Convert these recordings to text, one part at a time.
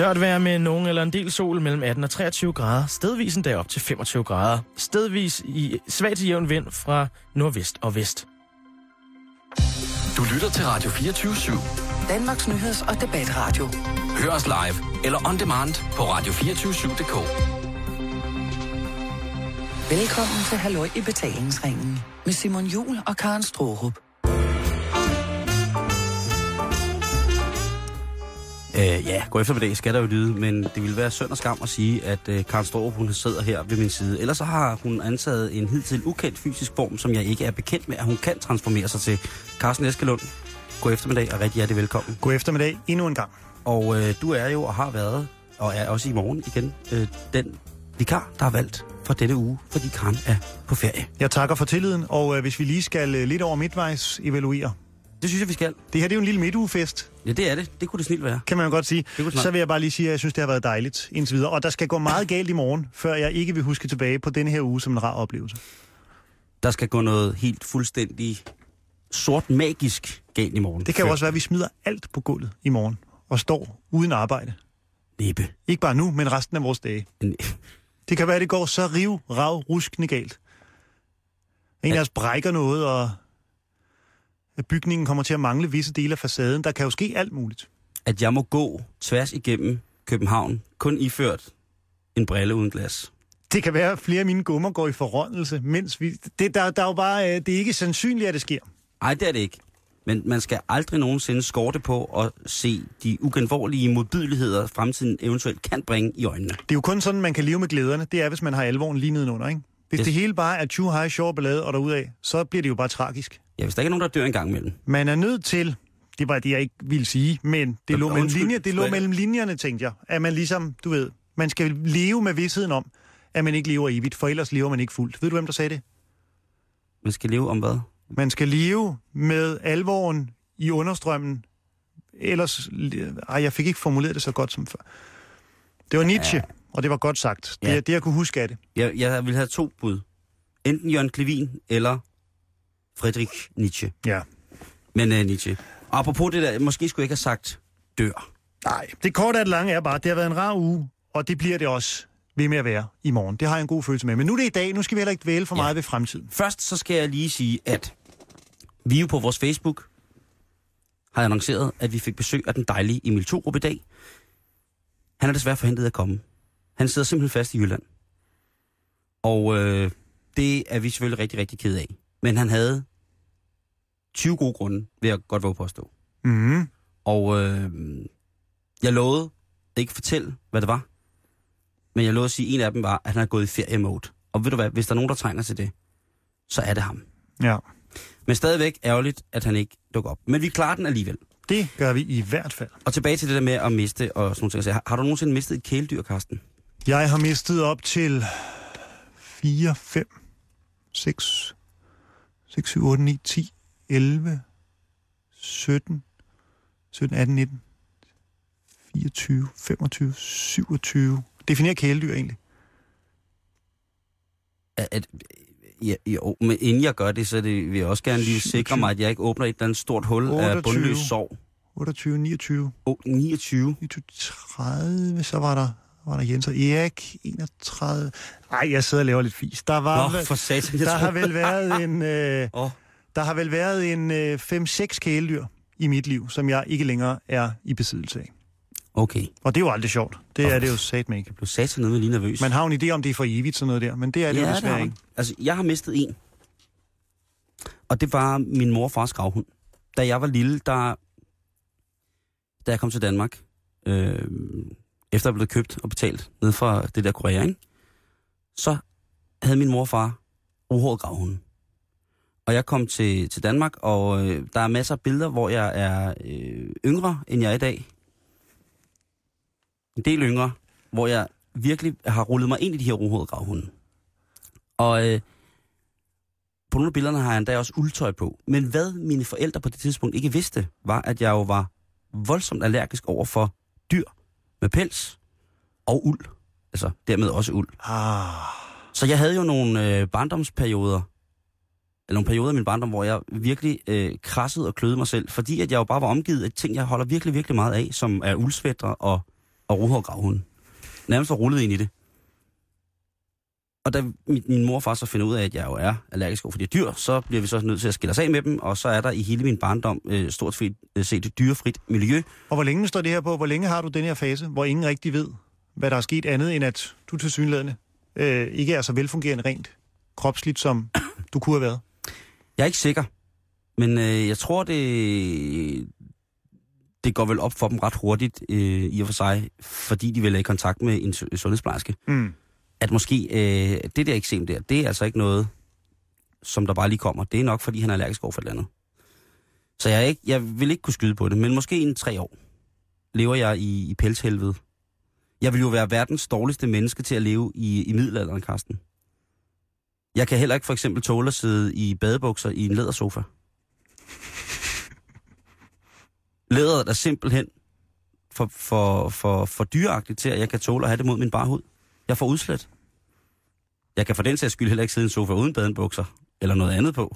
Tørt vejr med nogen eller en del sol mellem 18 og 23 grader. Stedvis en dag op til 25 grader. Stedvis i svag til jævn vind fra nordvest og vest. Du lytter til Radio 24/7. Danmarks nyheds- og debatradio. Hør os live eller on demand på radio247.dk. Velkommen til Halløj i betalingsringen med Simon Juhl og Karen Straarup. God eftermiddag skal der jo lyde, men det ville være synd og skam at sige, at Karen Straarup, hun sidder her ved min side. Ellers så har hun antaget en hidtil ukendt fysisk form, som jeg ikke er bekendt med, at hun kan transformere sig til. Carsten Eskelund, god eftermiddag og rigtig hjertelig velkommen. God eftermiddag endnu en gang. Og du er jo og har været, og er også i morgen igen, den vikar, der er valgt for denne uge, fordi Karen er på ferie. Jeg takker for tilliden, og hvis vi lige skal lidt over midtvejs evaluere. Det synes jeg, vi skal. Det her det er jo en lille midtugefest. Ja, det er det. Det kunne det snilt være. Kan man jo godt sige. Så vil jeg bare lige sige, at jeg synes, det har været dejligt indtil videre. Og der skal gå meget galt i morgen, før jeg ikke vil huske tilbage på denne her uge som en rar oplevelse. Der skal gå noget helt fuldstændig sort magisk galt i morgen. Det kan jo også være, at vi smider alt på gulvet i morgen og står uden arbejde. Næppe. Ikke bare nu, men resten af vores dage. Det kan være, at det går så ruskende galt. En af os brækker noget, og at bygningen kommer til at mangle visse dele af facaden. Der kan jo ske alt muligt. At jeg må gå tværs igennem København, kun iført en brille uden glas. Det kan være, at flere af mine gummer går i forrådnelse, mens vi... Det er jo bare... Det er ikke sandsynligt, at det sker. Nej, det er det ikke. Men man skal aldrig nogensinde skorte på at se de ugenvorlige modbydeligheder, fremtiden eventuelt kan bringe i øjnene. Det er jo kun sådan, man kan leve med glæderne. Det er, hvis man har alvoren lige nedenunder, ikke? Hvis det hele bare er too high, sjov ballade og derudad, så bliver det jo bare tragisk. Ja, hvis der ikke er nogen, der dør en gang imellem. Man er nødt til, det var det, jeg ikke ville sige, men det lå mellem linjerne, tænkte jeg. At man ligesom, du ved, man skal leve med vidsheden om, at man ikke lever evigt, for ellers lever man ikke fuldt. Ved du, hvem der sagde det? Man skal leve om hvad? Man skal leve med alvoren i understrømmen. Ellers... jeg fik ikke formuleret det så godt som før. Det var Nietzsche, ja. Og det var godt sagt. Det er det, jeg kunne huske af det. Jeg vil have 2 bud. Enten Jørgen Clevin eller Friedrich Nietzsche. Ja. Men Nietzsche. Og apropos det der, måske skulle jeg ikke have sagt dør. Nej, det korte af det lange er bare, det har været en rar uge, og det bliver det også ved med at være i morgen. Det har jeg en god følelse med. Men nu er det i dag, nu skal vi heller ikke dvæle for meget ved fremtiden. Først så skal jeg lige sige, at vi jo på vores Facebook har annonceret, at vi fik besøg af den dejlige Emil Thorup i dag. Han er desværre forhindret at komme. Han sidder simpelthen fast i Jylland. Og det er vi selvfølgelig rigtig, rigtig ked af. Men han havde 20 gode grunde, vil jeg godt våge på at stå. Mm-hmm. Og jeg lovede ikke at fortælle, hvad det var. Men jeg lovede at sige, at en af dem var, at han er gået i ferie-mode. Og ved du hvad, hvis der er nogen, der trænger til det, så er det ham. Ja. Men stadigvæk ærgerligt, at han ikke dukker op. Men vi klarer den alligevel. Det gør vi i hvert fald. Og tilbage til det der med at miste og sådan noget. Har du nogensinde mistet et kæledyr, Carsten? Jeg har mistet op til 4, 5, 6, 7, 8, 9, 10, 11, 17, 18, 19, 24, 25, 27. Definér kæledyr egentlig. Jo, men inden jeg gør det, så vil jeg også gerne lige sikre mig, at jeg ikke åbner et eller andet stort hul 28, af bundløs sorg. 28, 29. 29. 30, så var der Jens og Erik, 31. Ej, jeg sidder og laver lidt fis. Der har vel været en 5-6 kæledyr i mit liv, som jeg ikke længere er i besiddelse af. Okay. Og det er jo aldrig sjovt. Det er det jo satme ikke. Du sagde sådan noget med lige nervøs. Man har en idé om, det er for evigt sådan noget der, men det er det jo desværre ikke. Altså, jeg har mistet en. Og det var min mor og fars gravhund. Da jeg var lille, da jeg kom til Danmark, efter at blive købt og betalt ned fra det der Korea, ikke? Så havde min mor og far uhåret gravhunden. Og jeg kom til Danmark, og der er masser af billeder, hvor jeg er yngre, end jeg er i dag. En del yngre, hvor jeg virkelig har rullet mig ind i de her rohårede gravhunde. Og på nogle af billederne har jeg endda også uldtøj på. Men hvad mine forældre på det tidspunkt ikke vidste, var, at jeg jo var voldsomt allergisk over for dyr med pels og uld. Altså dermed også uld. Så jeg havde jo nogle barndomsperioder, eller nogle perioder i min barndom, hvor jeg virkelig krassede og kløede mig selv, fordi at jeg jo bare var omgivet af ting, jeg holder virkelig, virkelig meget af, som er uldsvætter og og ruhårgravhunden. Nærmest var rullet ind i det. Og da min mor og far så finder ud af, at jeg jo er allergisk over for de dyr, så bliver vi så nødt til at skille os af med dem, og så er der i hele min barndom stort set et dyrefrit miljø. Og hvor længe står det her på? Hvor længe har du den her fase, hvor ingen rigtig ved, hvad der er sket andet, end at du tilsyneladende ikke er så velfungerende rent kropsligt, som du kunne have været? Jeg er ikke sikker, men jeg tror, det går vel op for dem ret hurtigt i og for sig, fordi de vil have i kontakt med en sundhedsplejerske. At måske det der eksem der, det er altså ikke noget, som der bare lige kommer. Det er nok, fordi han er allergisk over for et eller andet. Så jeg vil ikke kunne skyde på det, men måske i 3 år lever jeg i pelshelvede. Jeg vil jo være verdens dårligste menneske til at leve i middelalderen, Karsten. Jeg kan heller ikke for eksempel tåle at sidde i badebukser i en lædersofa. Læderet er simpelthen for dyreagtigt til, at jeg kan tåle at have det mod min bare hud. Jeg får udslæt. Jeg kan for den sags skyld heller ikke sidde i en sofa uden badebukser eller noget andet på.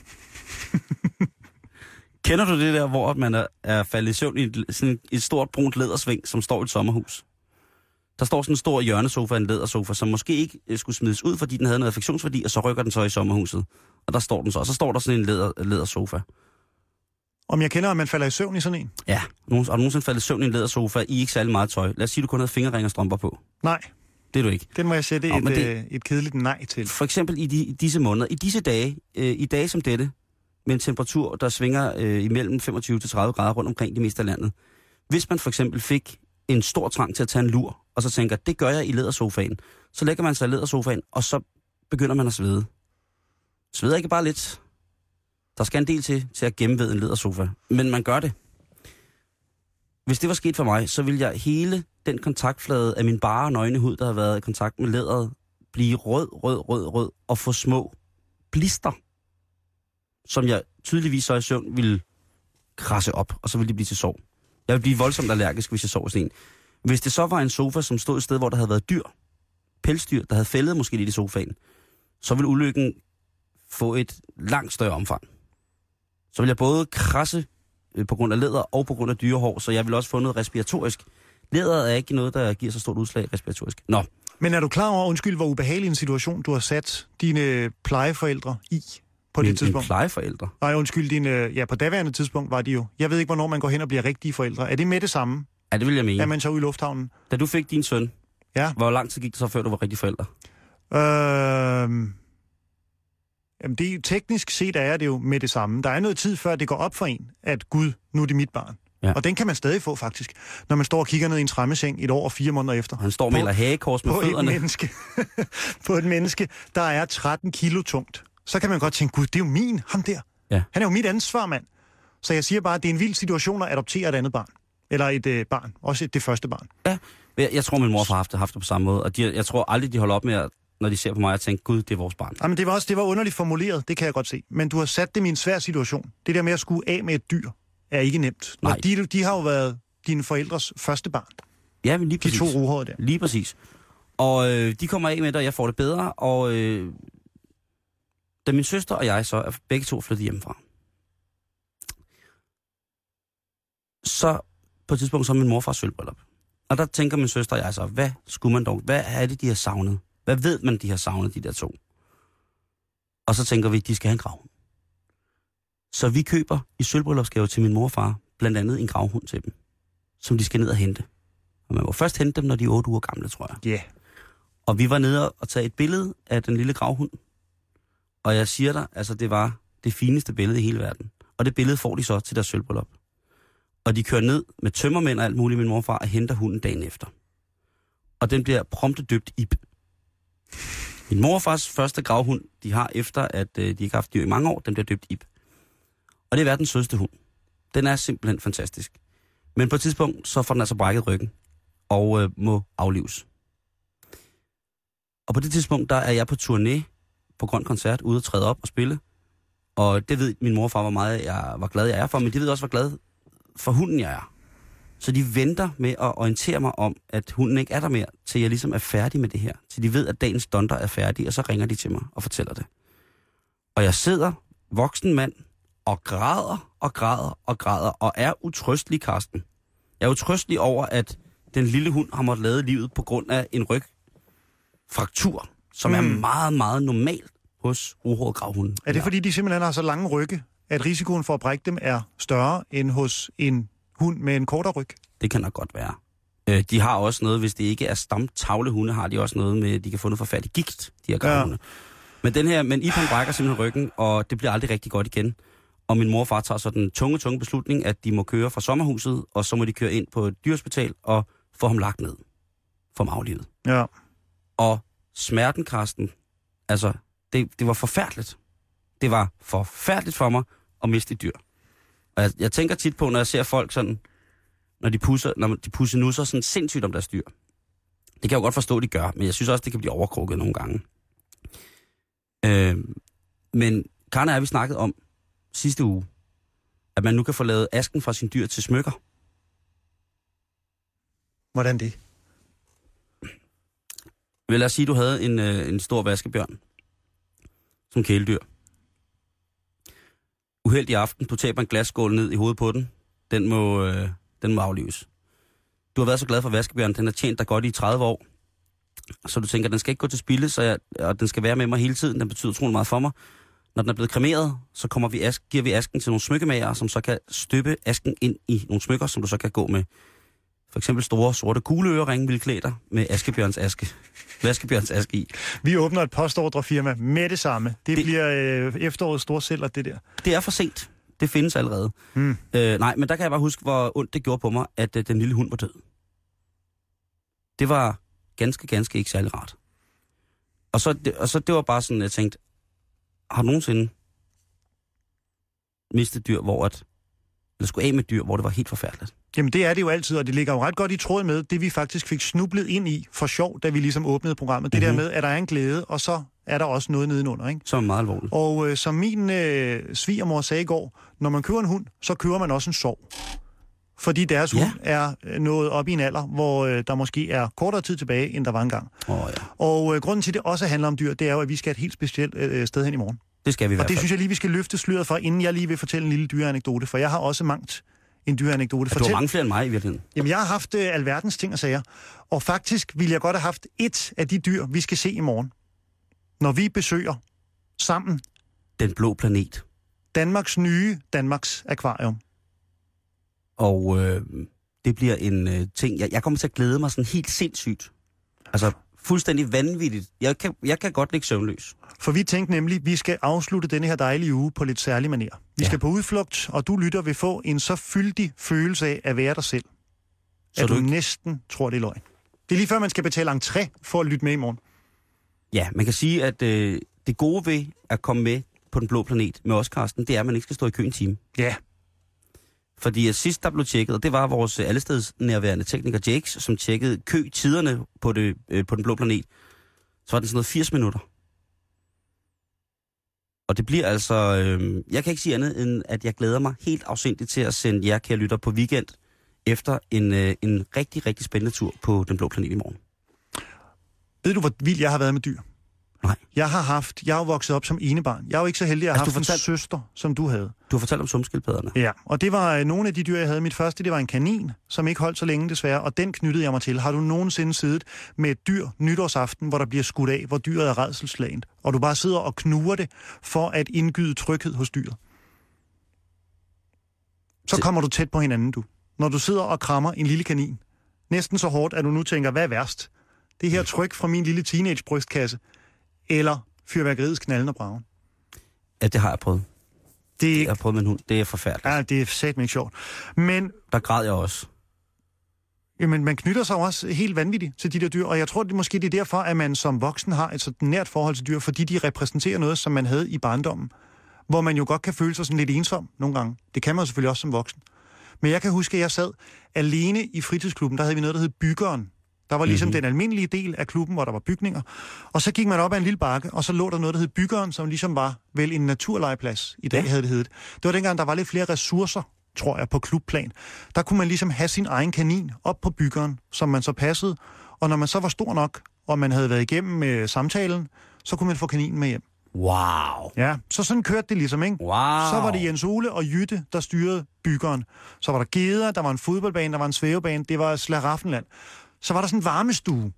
Kender du det der, hvor man er faldet i søvn i sådan et stort brunt lædersving, som står i et sommerhus? Der står sådan en stor hjørnesofa, en lædersofa, som måske ikke skulle smides ud, fordi den havde noget affektionsværdi, og så rykker den så i sommerhuset. Og der står den så. Og så står der sådan en lædersofa. Om jeg kender, at man falder i søvn i sådan en? Ja, og du nogensinde faldet i søvn i en lædersofa i ikke særlig meget tøj. Lad os sige, du kun havde fingerring og strømper på. Nej. Det er du ikke. Den må jeg sætte et kedeligt nej til. For eksempel i disse måneder, i disse dage, i dage som dette, med en temperatur, der svinger imellem 25 til 30 grader rundt omkring det meste af landet. Hvis man for eksempel fik en stor trang til at tage en lur, og så tænker, det gør jeg i lædersofaen, så lægger man sig i lædersofaen, og så begynder man at svede. Sveder ikke bare lidt. Der skal en del til at gennemvede en lædersofa, men man gør det. Hvis det var sket for mig, så ville jeg hele den kontaktflade af min bare nøgne hud, der har været i kontakt med læderet, blive rød, og få små blister, som jeg tydeligvis så i søvn ville krasse op, og så ville de blive til sår. Jeg ville blive voldsomt allergisk, hvis jeg sov sådan en. Hvis det så var en sofa, som stod et sted, hvor der havde været dyr, pelsdyr, der havde fældet måske lidt i sofaen, så ville ulykken få et langt større omfang. Så ville jeg både krasse på grund af læder og på grund af dyrehår, så jeg ville også få noget respiratorisk. Læderet er ikke noget, der giver så stort udslag respiratorisk. Nå. Men er du klar over, undskyld, hvor ubehagelig en situation, du har sat dine plejeforældre i på det tidspunkt? Mine plejeforældre? Nej, undskyld, på daværende tidspunkt var de jo. Jeg ved ikke, hvornår man går hen og bliver rigtige forældre. Er det med det samme? Ja, det vil jeg mene. Er man så ude i lufthavnen? Da du fik din søn, hvor lang tid gik det så, før du var rigtig forældre? Jamen teknisk set er det jo med det samme. Der er noget tid før det går op for en, at Gud, nu er det mit barn. Ja. Og den kan man stadig få faktisk, når man står og kigger ned i en træmmeseng 1 år og 4 måneder efter. Han står og maler hagekors med fødderne. På et menneske, der er 13 kilo tungt. Så kan man godt tænke, Gud, det er jo ham der. Ja. Han er jo mit ansvar, mand. Så jeg siger bare, at det er en vild situation at adoptere et andet barn. Eller et barn. Også det første barn. Ja, jeg tror, min mor har haft det på samme måde. Og jeg tror aldrig, de holder op med at, når de ser på mig og tænker, Gud, det er vores barn. Jamen, det var underligt formuleret, det kan jeg godt se. Men du har sat dem i en svær situation. Det der med at skue af med et dyr er ikke nemt. Nej. De har jo været dine forældres første barn. Ja, men lige præcis. De 2 ruhårede der. Lige præcis. Og de kommer af med det, og jeg får det bedre. Og da min søster og jeg så er begge 2 flyttet hjemmefra, så på et tidspunkt så er min morfars sølvbryllup. Og der tænker min søster og jeg så, hvad skulle man dog? Hvad er det, de har savnet? Hvad ved man, de har savnet, de der 2? Og så tænker vi, de skal have en gravhund. Så vi køber i sølvbryllupsgave til min mor og far blandt andet en gravhund til dem, som de skal ned og hente. Og man må først hente dem, når de er 8 uger gamle, tror jeg. Ja. Yeah. Og vi var nede og tage et billede af den lille gravhund. Og jeg siger dig, altså det var det fineste billede i hele verden. Og det billede får de så til deres sølvbryllup. Og de kører ned med tømmermænd og alt muligt, min mor og far, og henter hunden dagen efter. Og den bliver prompte døbt Ib. Min mor og fars første gravhund, de har efter, at de ikke har haft dyr i mange år, den bliver døbt Ib. Og det er verdens sødeste hund. Den er simpelthen fantastisk. Men på et tidspunkt, så får den altså brækket ryggen og må aflives. Og på det tidspunkt, der er jeg på turné på Grøn Koncert, ude at træde op og spille. Og det ved min mor og far, hvor meget jeg var glad, jeg er for, men de ved også, hvor glad for hunden jeg er. Så de venter med at orientere mig om, at hunden ikke er der mere, til jeg ligesom er færdig med det her. Til de ved, at dagens stunder er færdig, og så ringer de til mig og fortæller det. Og jeg sidder, voksen mand, og græder, og er utrøstelig, Karsten. Jeg er utrøstelig over, at den lille hund har måttet lade livet på grund af en rygfraktur, som er meget, meget normalt hos ruhåret gravhunde. Er det fordi, de simpelthen har så lange rygge, at risikoen for at brække dem er større end hos en hund med en kortere ryg? Det kan nok godt være. De har også noget, hvis det ikke er stamtavlehunde, har de også noget med, de kan få noget forfærdelig gigt, de her gravhunde. Ja. Men Ipan brækker simpelthen ryggen, og det bliver aldrig rigtig godt igen. Og min mor og far tager så den tunge beslutning, at de må køre fra sommerhuset, og så må de køre ind på et dyrehospital og få ham lagt ned. Få ham aflivet. Ja. Og smerten, Karsten, altså, det var forfærdeligt. Det var forfærdeligt for mig at miste et dyr. Og jeg tænker tit på, når jeg ser folk sådan, når de pusser nusser sådan sindssygt om deres dyr. Det kan jeg jo godt forstå, de gør, men jeg synes også, det kan blive overkrukket nogle gange. Men Karen og jeg, vi snakkede om sidste uge, at man nu kan få lavet asken fra sin dyr til smykker. Hvordan det? Lad os sige, at du havde en stor vaskebjørn som kæledyr. Uheldig aften, du taber en glasskål ned i hovedet på den. Den må aflives. Du har været så glad for vaskebjørnen, den har tjent dig godt i 30 år. Så du tænker, den skal ikke gå til spilde, og den skal være med mig hele tiden. Den betyder utrolig meget for mig. Når den er blevet kremeret, så giver vi asken til nogle smykkemager, som så kan støbe asken ind i nogle smykker, som du så kan gå med. For eksempel store, sorte kugleøreringe vil klæde dig med vaskebjørns aske i. Vi åbner et postordrefirma med det samme. Det bliver efterårets storsælger, det der. Det er for sent. Det findes allerede. Nej, men der kan jeg bare huske, hvor ondt det gjorde på mig, at den lille hund var død. Det var ganske ikke særlig rart. Og så det var bare sådan, jeg tænkte, har du nogensinde mistet dyr, eller skulle af med dyr, hvor det var helt forfærdeligt? Jamen det er det jo altid, og det ligger jo ret godt i tråd med det, vi faktisk fik snublet ind i for sjov, da vi ligesom åbnede programmet. Det der med, at der er en glæde, og så er der også noget nedenunder, ikke? Som er meget alvorligt. Og som min svigermor sagde i går, når man køber en hund, så køber man også en sorg. Fordi deres hund er nået op i en alder, hvor der måske er kortere tid tilbage, end der var engang. Og grunden til, at det også handler om dyr, det er jo, at vi skal et helt specielt sted hen i morgen. Det skal vi i hvert fald. Og det synes jeg lige, vi skal løfte sløret for, inden jeg lige vil fortælle en lille dyreanekdote, for jeg har også mangt en dyreanekdote. Du har mange flere end mig i virkeligheden. Jamen, jeg har haft alverdens ting at sige. Og faktisk ville jeg godt have haft et af de dyr, vi skal se i morgen, når vi besøger sammen Den Blå Planet. Danmarks akvarium. Og det bliver en ting, jeg kommer til at glæde mig sådan helt sindssygt. Altså fuldstændig vanvittigt. Jeg kan godt ligge søvnløs. For vi tænkte nemlig, at vi skal afslutte denne her dejlige uge på lidt særlig manér. Vi skal på udflugt, og du lytter vil få en så fyldig følelse af at være dig selv, så at du næsten tror, det er løgn. Det er lige før, man skal betale entré for at lytte med i morgen. Ja, man kan sige, at det gode ved at komme med på Den Blå Planet med os, Karsten, det er, at man ikke skal stå i kø en time. Ja. Fordi sidst der blev tjekket, og det var vores allesteds nærværende tekniker Jakes, som tjekkede køtiderne på Den Blå Planet, så var det sådan noget 80 minutter. Og det bliver altså, jeg kan ikke sige andet, end at jeg glæder mig helt afsindigt til at sende jer, kære lytter, på weekend, efter en rigtig, rigtig spændende tur på Den Blå Planet i morgen. Ved du, hvor vild jeg har været med dyr? Nej. Jeg er jo vokset op som enebarn. Jeg er jo ikke så heldig, at jeg har haft en søster, som du havde. Du har fortalt om sumskildpadderne. Ja, og det var nogle af de dyr, jeg havde. Mit første, det var en kanin, som ikke holdt så længe desværre, og den knyttede jeg mig til. Har du nogensinde siddet med et dyr nytårsaften, hvor der bliver skudt af, hvor dyret er rædselsslagent, og du bare sidder og knuger det for at indgyde tryghed hos dyret? Så kommer du tæt på hinanden, du. Når du sidder og krammer en lille kanin, næsten så hårdt, at du nu tænker, hvad er værst? Det her tryk fra min lille teenage-brystkasse, eller fyrværkeriets knalden og bragen? Ja, det har jeg prøvet. Jeg har prøvet med en hund. Det er forfærdeligt. Ja, det er satme ikke sjovt. Men der græd jeg også. Jamen, man knytter sig også helt vanvittigt til de der dyr, og jeg tror, det måske det er derfor, at man som voksen har et så nært forhold til dyr, fordi de repræsenterer noget, som man havde i barndommen, hvor man jo godt kan føle sig sådan lidt ensom nogle gange. Det kan man selvfølgelig også som voksen. Men jeg kan huske, at jeg sad alene i fritidsklubben. Der havde vi noget, der hed Byggeren. Der var ligesom den almindelige del af klubben, hvor der var bygninger. Og så gik man op ad en lille bakke, og så lå der noget, der hed Byggeren, som ligesom var vel en naturlegeplads. I dag havde det heddet. Det var dengang, der var lidt flere ressourcer, tror jeg, på klubplan. Der kunne man ligesom have sin egen kanin op på Byggeren, som man så passede. Og når man så var stor nok, og man havde været igennem med samtalen, så kunne man få kaninen med hjem. Wow. Ja, så sådan kørte det ligesom, ikke? Wow. Så var det Jens Ole og Jytte, der styrede byggeren. Så var der geder, der var en fodboldbane, der var en svævebane, det var Slaraffenland. Så var der sådan en varmestue,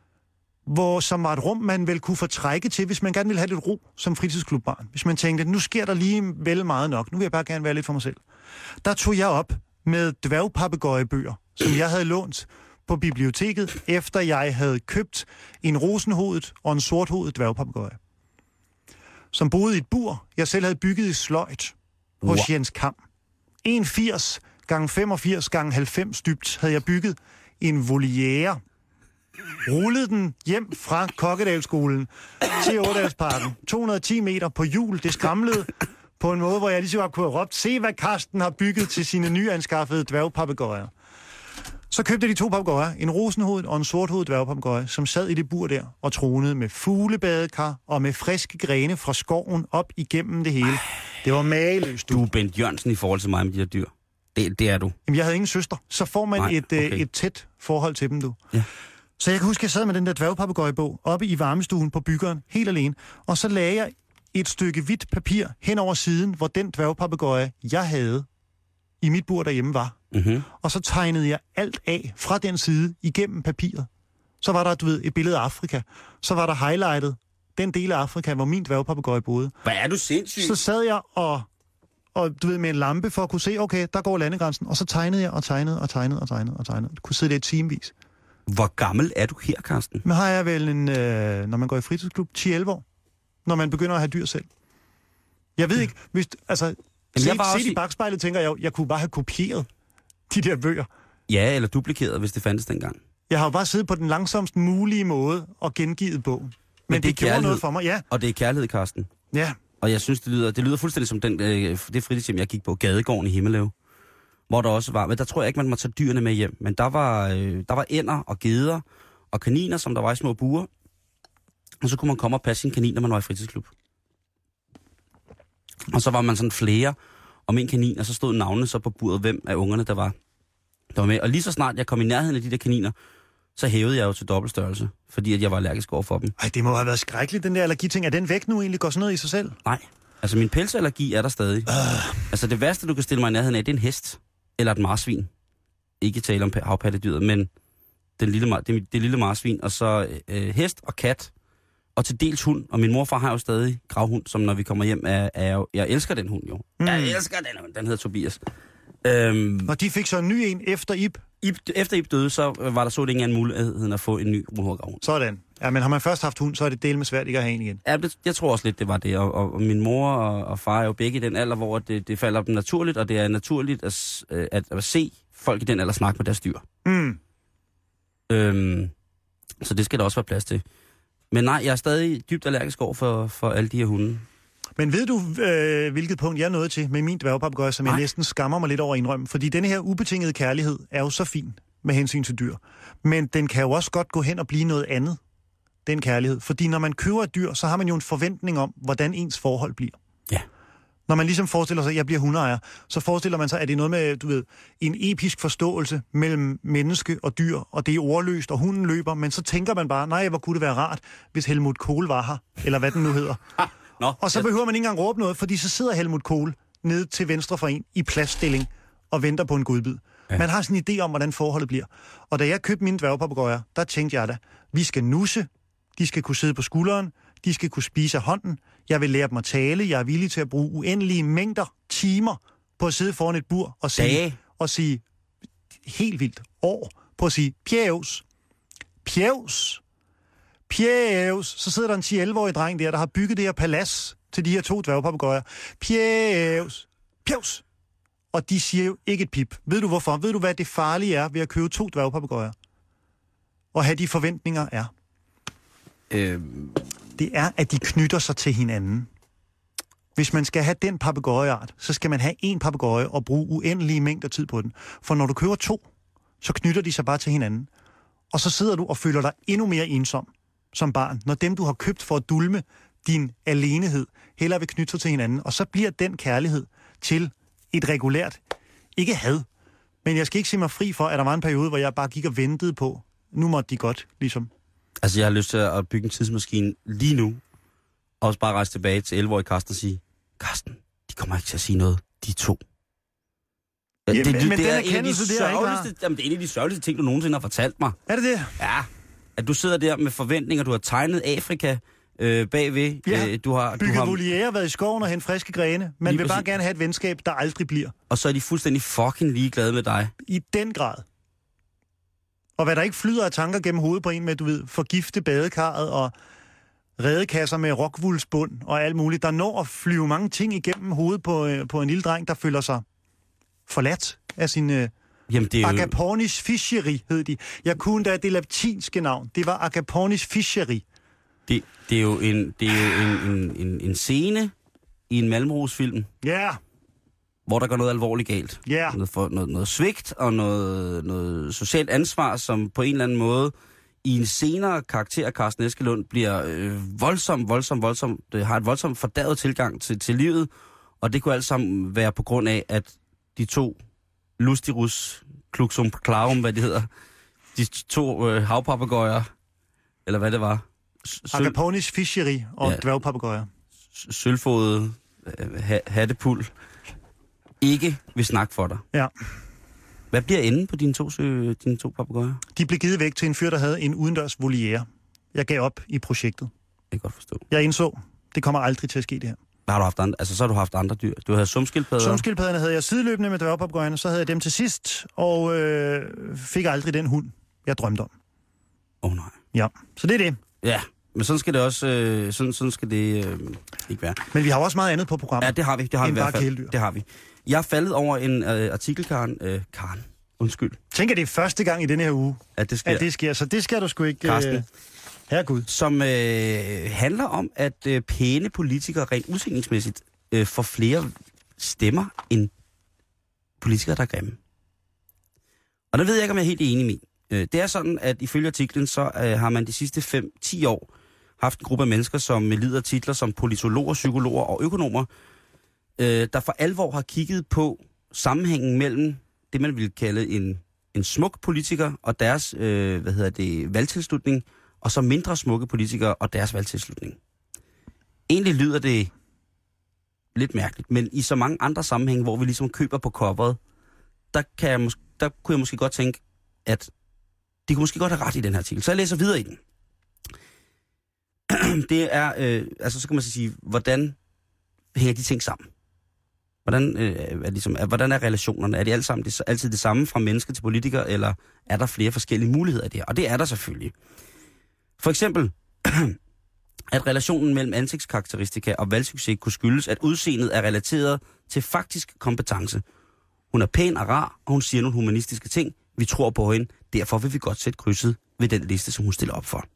som var et rum, man vel kunne få trække til, hvis man gerne ville have lidt ro som fritidsklubbarn. Hvis man tænkte, nu sker der lige vel meget nok, nu vil jeg bare gerne være lidt for mig selv. Der tog jeg op med dværgpapegøjebøger, som jeg havde lånt på biblioteket, efter jeg havde købt en rosenhovedet og en sorthovedet dværgpapegøje, som boede i et bur, jeg selv havde bygget i sløjt hos Jens Kam. 1,80 x 85 x 90 dybt havde jeg bygget en voliere. Rullede den hjem fra Kokkedalskolen til Ådalsparken. 210 meter på hjul. Det skramlede på en måde, hvor jeg lige så godt kunne have råbt, se hvad Karsten har bygget til sine nyanskaffede dværgpapegøjer. Så købte jeg de 2 papegøjer, en rosenhovedet og en sorthovedet dværgpapegøje, som sad i det bur der og tronede med fuglebadekar og med friske grene fra skoven op igennem det hele. Det var mageløst. Du er Bent Jørgensen i forhold til mig med de her dyr. Det er du. Jamen, jeg havde ingen søster. Så får man et tæt forhold til dem, du. Ja. Så jeg kan huske, at jeg sad med den der dværgpapegøjebog oppe i varmestuen på byggeren, helt alene. Og så lagde jeg et stykke hvidt papir hen over siden, hvor den dværgpapegøje, jeg havde i mit bur derhjemme, var. Mm-hmm. Og så tegnede jeg alt af fra den side igennem papiret. Så var der, et billede af Afrika. Så var der highlightet den del af Afrika, hvor min dværgpapegøje boede. Hvad er du sindssyg? Så sad jeg og med en lampe for at kunne se, okay, der går landegrænsen. Og så tegnede jeg og tegnede. Kunne sidde der timevis. Hvor gammel er du her, Karsten? Men har jeg vel når man går i fritidsklub, 10-11 år. Når man begynder at have dyr selv. Jeg ved ikke, hvis, set i bagspejlet, tænker jeg kunne bare have kopieret de der bøger. Ja, eller duplikeret, hvis det fandtes dengang. Jeg har jo bare siddet på den langsomst mulige måde og gengivet bogen. Men det gjorde noget for mig, ja. Og det er kærlighed, Karsten. Ja. Og jeg synes, det lyder fuldstændig som det fritidshjem, jeg gik på, Gadegården i Himmelev. Hvor der også var, men der tror jeg ikke, man må tage dyrene med hjem. Men der var ænder og geder og kaniner, som der var i små buer. Og så kunne man komme og passe sin kanin, når man var i fritidsklub. Og så var man sådan flere om en kanin, og så stod navnene så på buret, hvem af ungerne der var med. Og lige så snart jeg kom i nærheden af de der kaniner, så hævede jeg jo til dobbeltstørrelse, fordi at jeg var allergisk over for dem. Ej, det må have været skrækkeligt, den der allergiting. Er den væk nu egentlig? Går sådan noget i sig selv? Nej, altså min pelsallergi er der stadig. Altså det værste, du kan stille mig i nærheden af, det er en hest eller et marsvin. Ikke tale om havpattedyret, men det lille marsvin, og så hest og kat, og til dels hund. Og min morfar har jo stadig gravhund, som når vi kommer hjem jeg elsker den hund jo. Jeg elsker den hund, den hedder Tobias. Og de fik så en ny en efter Ib? Efter Ib døde, så var der så ingen anden mulighed end at få en ny rødhåret. Sådan. Ja, men har man først haft hund, så er det del med svært ikke at have en igen. Ja, jeg tror også lidt, det var det. Og min mor og far er jo begge i den alder, hvor det falder dem naturligt, og det er naturligt at se folk i den alder snakke med deres dyr. Så det skal der også være plads til. Men nej, jeg er stadig dybt allergisk over for alle de her hunde. Men ved du, hvilket punkt jeg er nået til med min dværgpapegøje, som jeg næsten skammer mig lidt over at indrømme? Fordi denne her ubetingede kærlighed er jo så fin med hensyn til dyr. Men den kan jo også godt gå hen og blive noget andet, den kærlighed. Fordi når man køber et dyr, så har man jo en forventning om, hvordan ens forhold bliver. Ja. Når man ligesom forestiller sig, at jeg bliver hundeejer, så forestiller man sig, at det er noget med, en episk forståelse mellem menneske og dyr, og det er ordløst, og hunden løber, men så tænker man bare, nej, hvor kunne det være rart, hvis Helmut Kohl var her, eller hvad den nu hedder. Og så behøver man ikke engang råbe noget, fordi så sidder Helmut Kohl nede til venstre for en i pladsstilling og venter på en godbid. Ja. Man har sådan en idé om, hvordan forholdet bliver. Og da jeg købte mine dværgpapegøjer, der tænkte jeg da, vi skal nusse, de skal kunne sidde på skulderen, de skal kunne spise af hånden, jeg vil lære dem at tale, jeg er villig til at bruge uendelige mængder timer på at sidde foran et bur og sige helt vildt år på at sige pjævs, pjævs, pjævs. Så sidder der en 10-11-årig dreng der har bygget det her palads til de her 2 dværgpapegøjer. Pjævs, pjævs. Og de siger jo ikke et pip. Ved du hvorfor? Ved du hvad det farlige er ved at købe 2 dværgpapegøjer? Og have de forventninger er? Det er, at de knytter sig til hinanden. Hvis man skal have den papegøjeart, så skal man have 1 papegøje og bruge uendelige mængder tid på den. For når du køber 2, så knytter de sig bare til hinanden. Og så sidder du og føler dig endnu mere ensom som barn, når dem, du har købt for at dulme din alenehed, hellere vil knytte sig til hinanden. Og så bliver den kærlighed til et regulært, ikke had, men jeg skal ikke se mig fri for, at der var en periode, hvor jeg bare gik og ventede på, nu måtte de godt, ligesom. Altså, jeg har lyst til at bygge en tidsmaskine lige nu, Og så bare rejse tilbage til 11-årige Karsten og sige, Karsten, de kommer ikke til at sige noget, de to. Ja, men det den er erkendelse, det er ikke det er en af de sørgeligste ting, du nogensinde har fortalt mig. Er det det? Ja, at du sidder der med forventninger, du har tegnet Afrika bagved. Ja, du har voliere, været i skoven og hentet friske grene. Man vil bare gerne have et venskab, der aldrig bliver. Og så er de fuldstændig fucking ligeglade med dig. I den grad. Og hvad der ikke flyder af tanker gennem hovedet på en med, du ved, forgifte badekarret og redekasser med rockwoolsbund og alt muligt. Der når at flyve mange ting igennem hovedet på en lille dreng, der føler sig forladt af sin Agapornis fischeri, hed de. Jeg kunne da det latinske navn. Det var Agapornis fischeri. Det er jo en scene i en Malmros-film. Ja. Yeah. Hvor der går noget alvorligt galt. Ja. Yeah. Noget svigt og noget socialt ansvar, som på en eller anden måde i en senere karakter, Carsten Eskelund, bliver voldsomt, har et voldsomt fordavet tilgang til livet. Og det kunne alt sammen være på grund af, at de to Lustirus, Kluxum Clarum, hvad det hedder, de to havpapegøjer, eller hvad det var. Agapornis fischeri og dværgpapegøjer. Sølvfodet hattepul. Ikke vil snakke for dig. Ja. Hvad bliver enden på dine to papegøjer? De blev givet væk til en fyr, der havde en udendørs voliere. Jeg gav op i projektet. Det kan godt forstå. Jeg indså, det kommer aldrig til at ske det her. Har du haft andre? Altså, så har du haft andre dyr. Du havde sumskildpadder. Sumskildpadderne havde jeg sideløbende med dværgpapegøjerne, så havde jeg dem til sidst, og fik aldrig den hund, jeg drømte om. Nej. Ja, så det er det. Ja, men sådan skal det også, sådan skal det ikke være. Men vi har også meget andet på programmet. Ja, det har vi. Det har vi i hvert fald. Det har vi. Jeg er faldet over en artikel, Karen. Undskyld. Tænker, det er første gang i denne her uge, at det sker. Så det skal du sgu ikke... Karsten. Herregud. Som handler om, at pæne politikere rent udseendelsesmæssigt får flere stemmer end politikere, der er grimme. Og der ved jeg ikke, om jeg er helt enig med. Det er sådan, at ifølge artiklen, så har man de sidste 5-10 år haft en gruppe af mennesker, som lider titler som politologer, psykologer og økonomer, der for alvor har kigget på sammenhængen mellem det, man ville kalde en smuk politiker og deres valgtilslutning, og så mindre smukke politikere og deres valgtilslutning. Egentlig lyder det lidt mærkeligt, men i så mange andre sammenhænge, hvor vi ligesom køber på coveret, der kunne jeg måske godt tænke, at de kunne måske godt have ret i den her artikel. Så jeg læser videre i den. Det er, så kan man sige, hvordan hænger de ting sammen? Hvordan er relationerne? Er de alle sammen altid det samme fra mennesker til politikere, eller er der flere forskellige muligheder i det her? Og det er der selvfølgelig. For eksempel, at relationen mellem ansigtskarakteristika og valgsucces kunne skyldes, at udseendet er relateret til faktisk kompetence. Hun er pæn og rar, og hun siger nogle humanistiske ting. Vi tror på hende, derfor vil vi godt sætte krydset ved den liste, som hun stiller op for.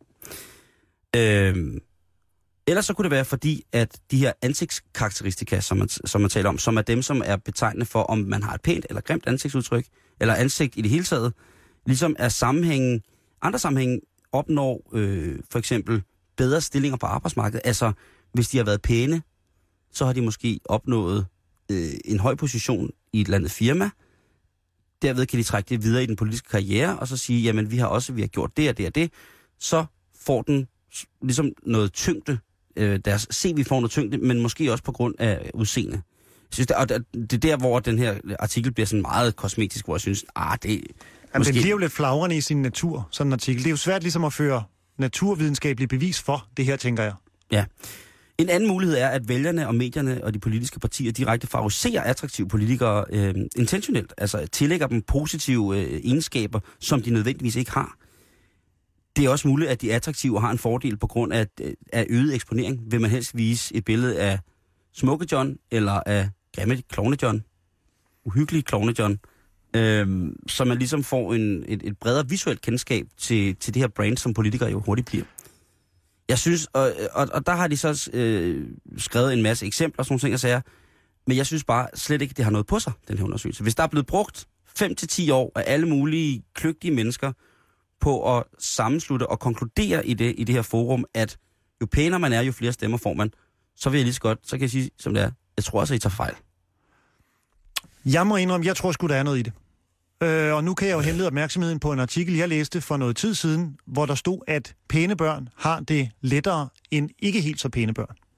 Ellers så kunne det være fordi, at de her ansigtskarakteristika, som man taler om, som er dem, som er betegnende for, om man har et pænt eller grimt ansigtsudtryk, eller ansigt i det hele taget, ligesom er andre sammenhænge opnår for eksempel bedre stillinger på arbejdsmarkedet. Altså, hvis de har været pæne, så har de måske opnået en høj position i et eller andet firma. Derved kan de trække det videre i den politiske karriere, og så sige, jamen vi har gjort det og det og det. Så får den ligesom noget tyngde. Deres CV får noget tyngde, men måske også på grund af udseende. Det er der, hvor den her artikel bliver sådan meget kosmetisk, hvor jeg synes, det... Jamen, den bliver jo lidt flagrende i sin natur, sådan en artikel. Det er jo svært ligesom at føre naturvidenskabelige bevis for det her, tænker jeg. Ja. En anden mulighed er, at vælgerne og medierne og de politiske partier direkte favoriserer attraktive politikere intentionelt. Altså tillægger dem positive egenskaber, som de nødvendigvis ikke har. Det er også muligt, at de attraktive har en fordel på grund af øget eksponering. Vil man helst vise et billede af smukke John, eller af grimme klovne John, uhyggelig klovne John, så man ligesom får et bredere visuelt kendskab til det her brand, som politikere jo hurtigt bliver. Jeg synes, og der har de så skrevet en masse eksempler og sådan nogle ting, jeg siger, men jeg synes bare slet ikke, det har noget på sig, den her undersøgelse. Hvis der er blevet brugt 5-10 år af alle mulige kløgtige mennesker på at sammenslutte og konkludere i det her forum, at jo pænere man er, jo flere stemmer får man, så vil jeg lige så godt, så kan jeg sige, som det er, jeg tror også, I tager fejl. Jeg må indrømme, jeg tror sgu, der er noget i det. Og nu kan jeg jo henlede opmærksomheden på en artikel, jeg læste for noget tid siden, hvor der stod, at pæne børn har det lettere end ikke helt så pæne børn.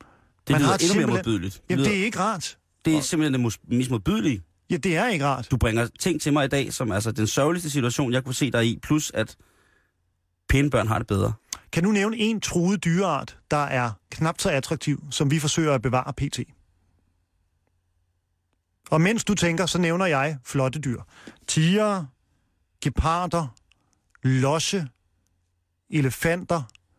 Det lyder endnu mere modbydeligt. Jamen, det er ikke rart. Det er simpelthen det mest modbydelige. Ja, det er ikke rart. Du bringer ting til mig i dag, som altså den sørgeligste situation, jeg kunne se dig i, plus at pæne børn har det bedre. Kan du nævne en truet dyreart, der er knap så attraktiv, som vi forsøger at bevare pt? Og mens du tænker, så nævner jeg flotte dyr. Tigre, geparder, losse, elefanter.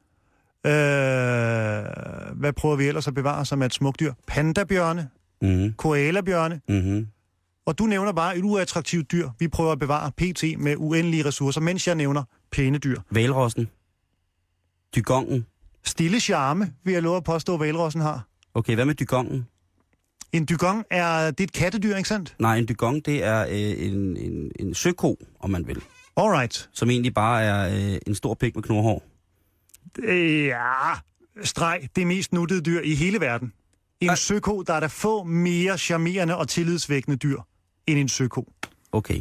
Hvad prøver vi ellers at bevare som et smukt dyr? Pandabjørne, koalabjørne. Mm-hmm. Og du nævner bare et uattraktivt dyr, vi prøver at bevare pt. Med uendelige ressourcer, mens jeg nævner pæne dyr. Hvalrossen. Dygongen. Stille charme, vil jeg love at påstå, at hvalrossen har. Okay, hvad med dygongen? En dygong det er et kattedyr, ikke sandt? Nej, en dygong, det er en søko, om man vil. Alright. Som egentlig bare er en stor pik med knorhår. Ja, det mest nuttede dyr i hele verden. En søko, der er der få mere charmerende og tillidsvækkende dyr end en søko. Okay.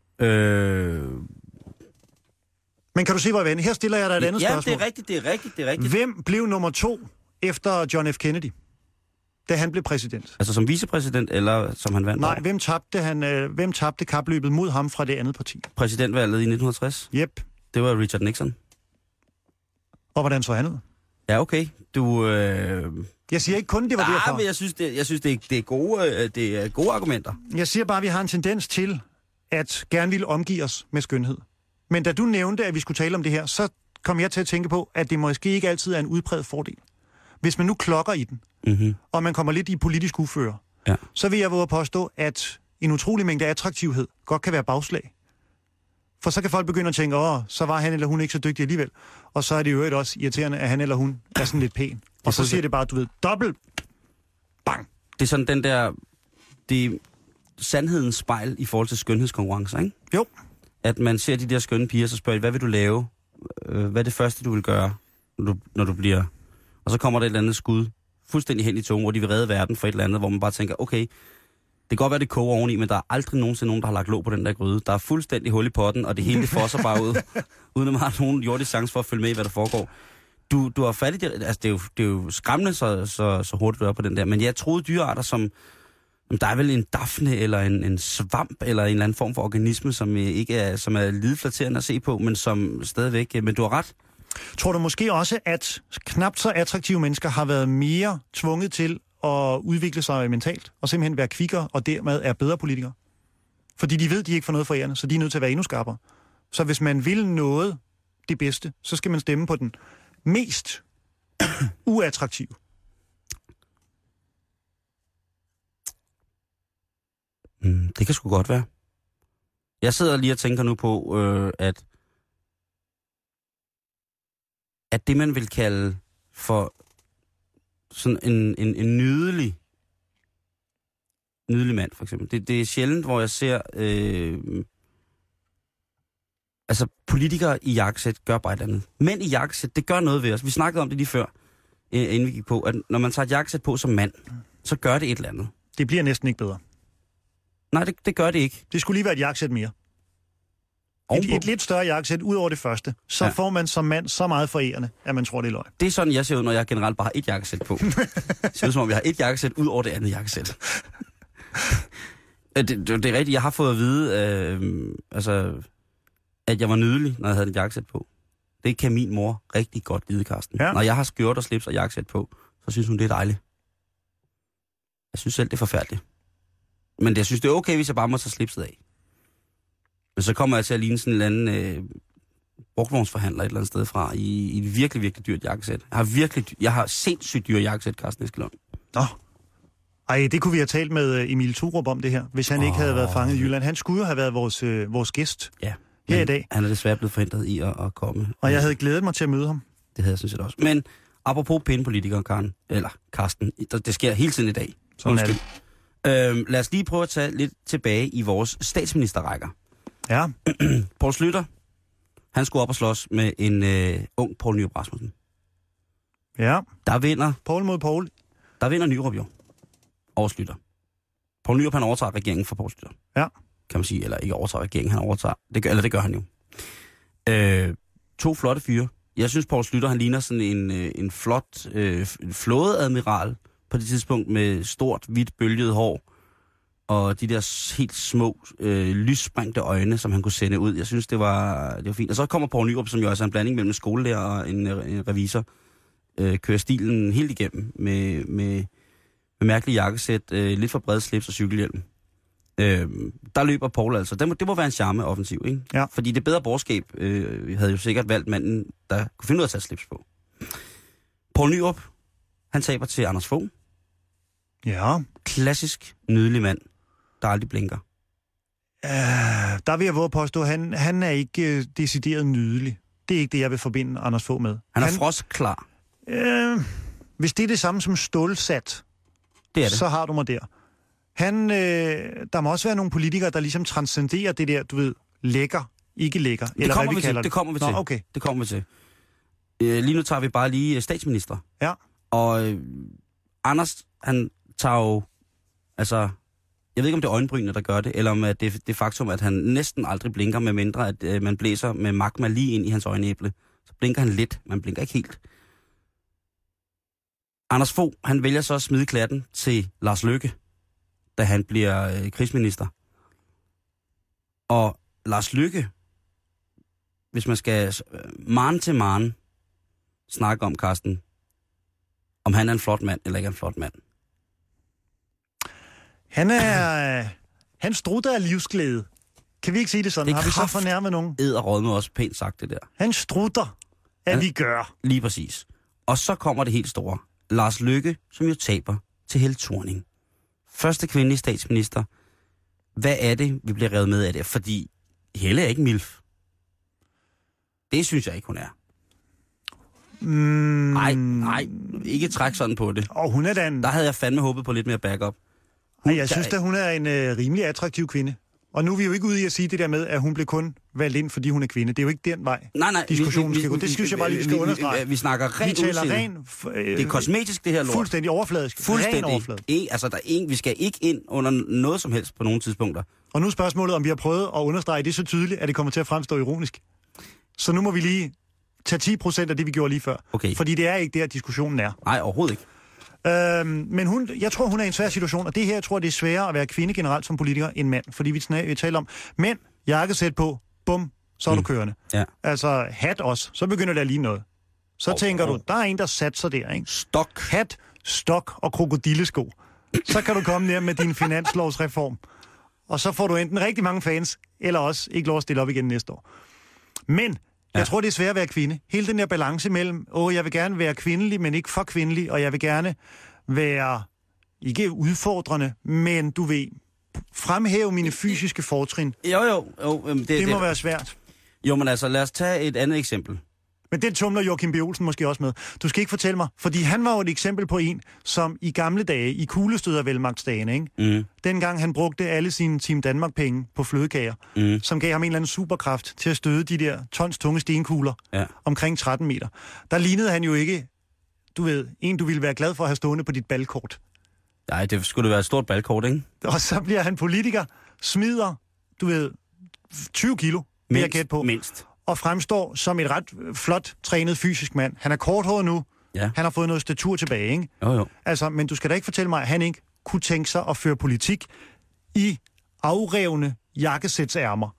Men kan du se, hvor jeg vender? Her stiller jeg dig et andet spørgsmål. Ja, det er rigtigt. Hvem blev nummer 2 efter John F. Kennedy, da han blev præsident? Altså som vicepræsident, eller som han vandt? Nej, hvem tabte kapløbet mod ham fra det andet parti? Præsidentvalget i 1960? Yep. Det var Richard Nixon. Og hvordan så han ud? Ja, okay. Jeg siger ikke kun, det var derfor. Men jeg synes det er gode argumenter. Jeg siger bare, at vi har en tendens til at gerne ville omgive os med skønhed. Men da du nævnte, at vi skulle tale om det her, så kom jeg til at tænke på, at det måske ikke altid er en udpræget fordel. Hvis man nu klokker i den, og man kommer lidt i politisk uføre, så vil jeg våge at påstå, at en utrolig mængde attraktivhed godt kan være bagslag. For så kan folk begynde at tænke, så var han eller hun ikke så dygtig alligevel. Og så er det jo også irriterende, at han eller hun er sådan lidt pæn. Og så siger det bare, du ved, dobbelt bang. Det er sådan den der, det er sandhedens spejl i forhold til skønhedskonkurrencer, ikke? Jo. At man ser de der skønne piger, så spørger de, hvad vil du lave? Hvad er det første, du vil gøre, når du bliver... Og så kommer der et eller andet skud, fuldstændig hen i togen, hvor de vil redde verden for et eller andet, hvor man bare tænker, okay, det kan godt være, det koger oveni, men der er aldrig nogensinde nogen, der har lagt låg på den der gryde. Der er fuldstændig hul i potten, og det hele det fosser bare ud, uden at man har nogen jordisk chance for at følge med i, hvad der foregår. Du har fat i det, altså det er jo skræmmende, så hurtigt du er på den der, men jeg troede dyrearter som... Der er vel en dafne, eller en svamp, eller en eller anden form for organisme, som ikke er, som er lideflatterende at se på, men som stadigvæk... Men du har ret. Tror du måske også, at knap så attraktive mennesker har været mere tvunget til at udvikle sig mentalt, og simpelthen være kvikkere, og dermed er bedre politikere? Fordi de ved, at de ikke får noget for ærende, så de er nødt til at være endnu skarpere. Så hvis man vil noget det bedste, så skal man stemme på den mest uattraktive. Det kan sgu godt være. Jeg sidder lige og tænker nu på, at det, man vil kalde for sådan en nydelig mand, for eksempel. Det er sjældent, hvor jeg ser... altså, politikere i jakkesæt gør bare et eller andet. Mænd i jakkesæt, det gør noget ved os. Vi snakkede om det lige før, inden vi gik på, at når man tager et jakkesæt på som mand, så gør det et eller andet. Det bliver næsten ikke bedre. Nej, det gør det ikke. Det skulle lige være et jakkesæt mere. Et lidt større jakkesæt ud over det første. Så får man som mand så meget forærende, at man tror, det er løgn. Det er sådan, jeg ser ud, når jeg generelt bare har et jakkesæt på. Det ser ud som om, jeg har et jakkesæt ud over det andet jakkesæt. Det er rigtigt. Jeg har fået at vide, at jeg var nydelig, når jeg havde et jakkesæt på. Det kan min mor rigtig godt lide, Karsten. Ja. Når jeg har skjort og slips og jakkesæt på, så synes hun, det er dejligt. Jeg synes selv, det er forfærdeligt. Men jeg synes, det er okay, hvis jeg bare må tage slipset af. Men så kommer jeg til at ligne sådan en eller anden brugtvognsforhandler et eller andet sted fra i et virkelig, virkelig dyrt jakkesæt. Jeg har sindssygt dyrt jakkesæt, Karsten Eskelund. Nå. Ej, det kunne vi have talt med Emil Thorup om det her, hvis han ikke havde været fanget i Jylland. Han skulle jo have været vores gæst her i dag. Han er desværre blevet forhindret i at komme. Og jeg havde glædet mig til at møde ham. Det havde jeg sådan set også. Men apropos pæne politikere, Karsten, det sker hele tiden i dag. Sådan lad os lige prøve at tage lidt tilbage i vores statsministerrækker. Ja. Poul Schlüter, han skulle op og slås med en ung Poul Nyrup Rasmussen. Ja. Der vinder... Poul mod Poul. Der vinder Nyrup jo. Over Schlüter. Poul Nyrup, han overtager regeringen for Poul Schlüter. Ja. Kan man sige, eller ikke overtager regeringen, han overtager... Det gør han jo. 2 flotte fyre. Jeg synes, Poul Schlüter, han ligner sådan en flot flådeadmiral på det tidspunkt med stort, hvidt, bølget hår, og de der helt små, lyssprængte øjne, som han kunne sende ud. Jeg synes, det var fint. Og så kommer Poul Nyrup, som jo altså er en blanding mellem en skolelærer og en revisor, kører stilen helt igennem med mærkelig jakkesæt, lidt for bred slips og cykelhjelm. Der løber Poul altså. Det må være en charme-offensiv, ikke? Ja. Fordi det bedre borgerskab havde jo sikkert valgt manden, der kunne finde ud af at tage slips på. Poul Nyrup, han taber til Anders Fogh. Ja. Klassisk, nydelig mand, der aldrig blinker. Der vil jeg våge påstå, han er ikke decideret nydelig. Det er ikke det, jeg vil forbinde Anders Fogh med. Han er frostklar. Hvis det er det samme som stålsat, det er det. Så har du mig der. Der må også være nogle politikere, der ligesom transcenderer det der, du ved, lækker, ikke lækker. Det kommer vi til. Nå, okay. Det kommer vi til. Lige nu tager vi bare lige statsminister. Ja. Og Anders, han tager jo, altså, jeg ved ikke om det er øjenbrynene, der gør det, eller om det faktum, at han næsten aldrig blinker, med mindre at man blæser med magma lige ind i hans øjenæble. Så blinker han lidt, man blinker ikke helt. Anders Fogh, han vælger så at smide klatten til Lars Løkke, da han bliver krigsminister. Og Lars Løkke, hvis man skal maren til maren snakke om, Carsten, om han er en flot mand eller ikke en flot mand. Han strutter af livsglæde. Kan vi ikke sige det sådan? Har vi så fornærmet nogen? Edderråd med også pænt sagt det der. Han strutter, vi gør. Lige præcis. Og så kommer det helt store. Lars Løkke, som jo taber til Helle Thorning. Første kvindelige statsminister. Hvad er det, vi bliver revet med af det? Fordi Helle er ikke milf. Det synes jeg ikke, hun er. Nej, ikke træk sådan på det. Og hun er der havde jeg fandme håbet på lidt mere backup. Jeg synes at hun er en rimelig attraktiv kvinde. Og nu er vi jo ikke ude i at sige det der med, at hun blev kun valgt ind, fordi hun er kvinde. Det er jo ikke den vej, diskussionen skal gå. Det synes jeg bare lige, vi skal understrege. Vi snakker rent udseende. Det er kosmetisk, det her lort. Fuldstændig overfladisk. Fuldstændig overfladisk. Vi skal ikke ind under noget som helst på nogle tidspunkter. Og nu er spørgsmålet, om vi har prøvet at understrege det så tydeligt, at det kommer til at fremstå ironisk. Så nu må vi lige tage 10% af det, vi gjorde lige før. Okay. Fordi det er ikke der, diskussionen er. Nej, overhovedet ikke. Men jeg tror, hun er i en svær situation, og det her, jeg tror, det er sværere at være kvinde generelt som politiker end mand. Fordi vi taler om mænd, jakkesæt på, bum, så er du kørende. Ja. Altså hat også, så begynder der at ligne noget. Så tænker du, der er en, der satser der, ikke? Stok. Hat, stok og krokodillesko. Så kan du komme ned med din finanslovsreform. Og så får du enten rigtig mange fans, eller også ikke lov at stille op igen næste år. Men jeg tror, det er svært at være kvinde. Hele den der balance mellem, jeg vil gerne være kvindelig, men ikke for kvindelig, og jeg vil gerne være, ikke udfordrende, men du ved, fremhæve mine fysiske fortrin. Jo. Det må være svært. Jo, men altså, lad os tage et andet eksempel. Men den tumler Joachim B. Olsen måske også med. Du skal ikke fortælle mig, fordi han var jo et eksempel på en, som i gamle dage, i kuglestødervelmagtsdagene, ikke? Dengang han brugte alle sine Team Danmark-penge på flødekager, som gav ham en eller anden superkraft til at støde de der tons tunge stenkugler omkring 13 meter. Der lignede han jo ikke, du ved, en du ville være glad for at have stående på dit balkort. Nej, det skulle være et stort balkort, ikke? Og så bliver han politiker, smider, du ved, 20 kilo, vil jeg gætte på. Mindst. Og fremstår som et ret flot, trænet fysisk mand. Han er korthåret nu. Ja. Han har fået noget statur tilbage, ikke? Jo. Altså, men du skal da ikke fortælle mig, at han ikke kunne tænke sig at føre politik i afrevne jakkesætsærmer.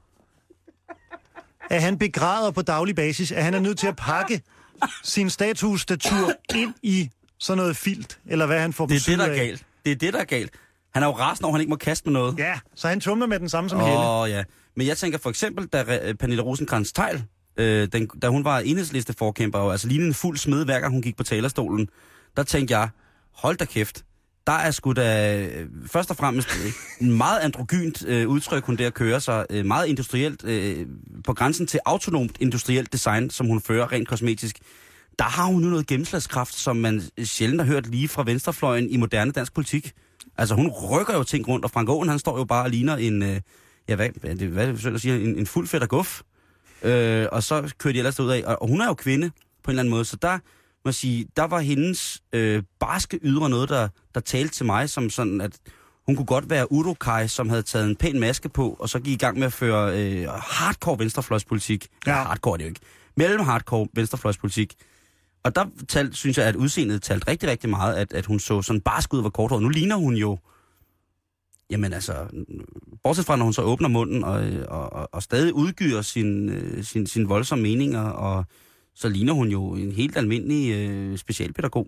At han begræder på daglig basis, at han er nødt til at pakke sin statusstatur ind i sådan noget filt, eller hvad han får Det er det, der er galt. Han er jo rasende over, han ikke må kaste med noget. Ja, så han tumler med den samme som Helle. Ja. Men jeg tænker for eksempel, da Pernille Rosenkrantz-Theil, da hun var enhedslisteforkæmper, og altså lignende fuld smed, hver gang hun gik på talerstolen, der tænkte jeg, hold da kæft, der er sgu da først og fremmest en meget androgynt udtryk, hun der kører sig, meget industrielt, på grænsen til autonomt industrielt design, som hun fører rent kosmetisk. Der har hun nu noget gennemslagskraft, som man sjældent har hørt lige fra venstrefløjen i moderne dansk politik. Altså hun rykker jo ting rundt, og Frank Aaen, han står jo bare og ligner en... hvad siger, en fuld fedt og guf. Og så kører de ellers ud af. Og hun er jo kvinde på en eller anden måde, så der må jeg sige, der var hendes barske ydre noget, der talte til mig, som sådan, at hun kunne godt være Urukai, som havde taget en pæn maske på, og så gik i gang med at føre hardcore venstrefløjspolitik. Ja, hardcore er det jo ikke. Mellem hardcore venstrefløjspolitik. Og der synes jeg, at udseendet talte rigtig, rigtig meget, at hun så sådan barsk ud og var korthåret. Nu ligner hun jo, jamen altså, bortset fra, når hun så åbner munden og stadig udgyder sin voldsomme meninger, og så ligner hun jo en helt almindelig specialpædagog.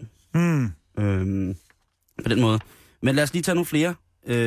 På den måde. Men lad os lige tage nogle flere.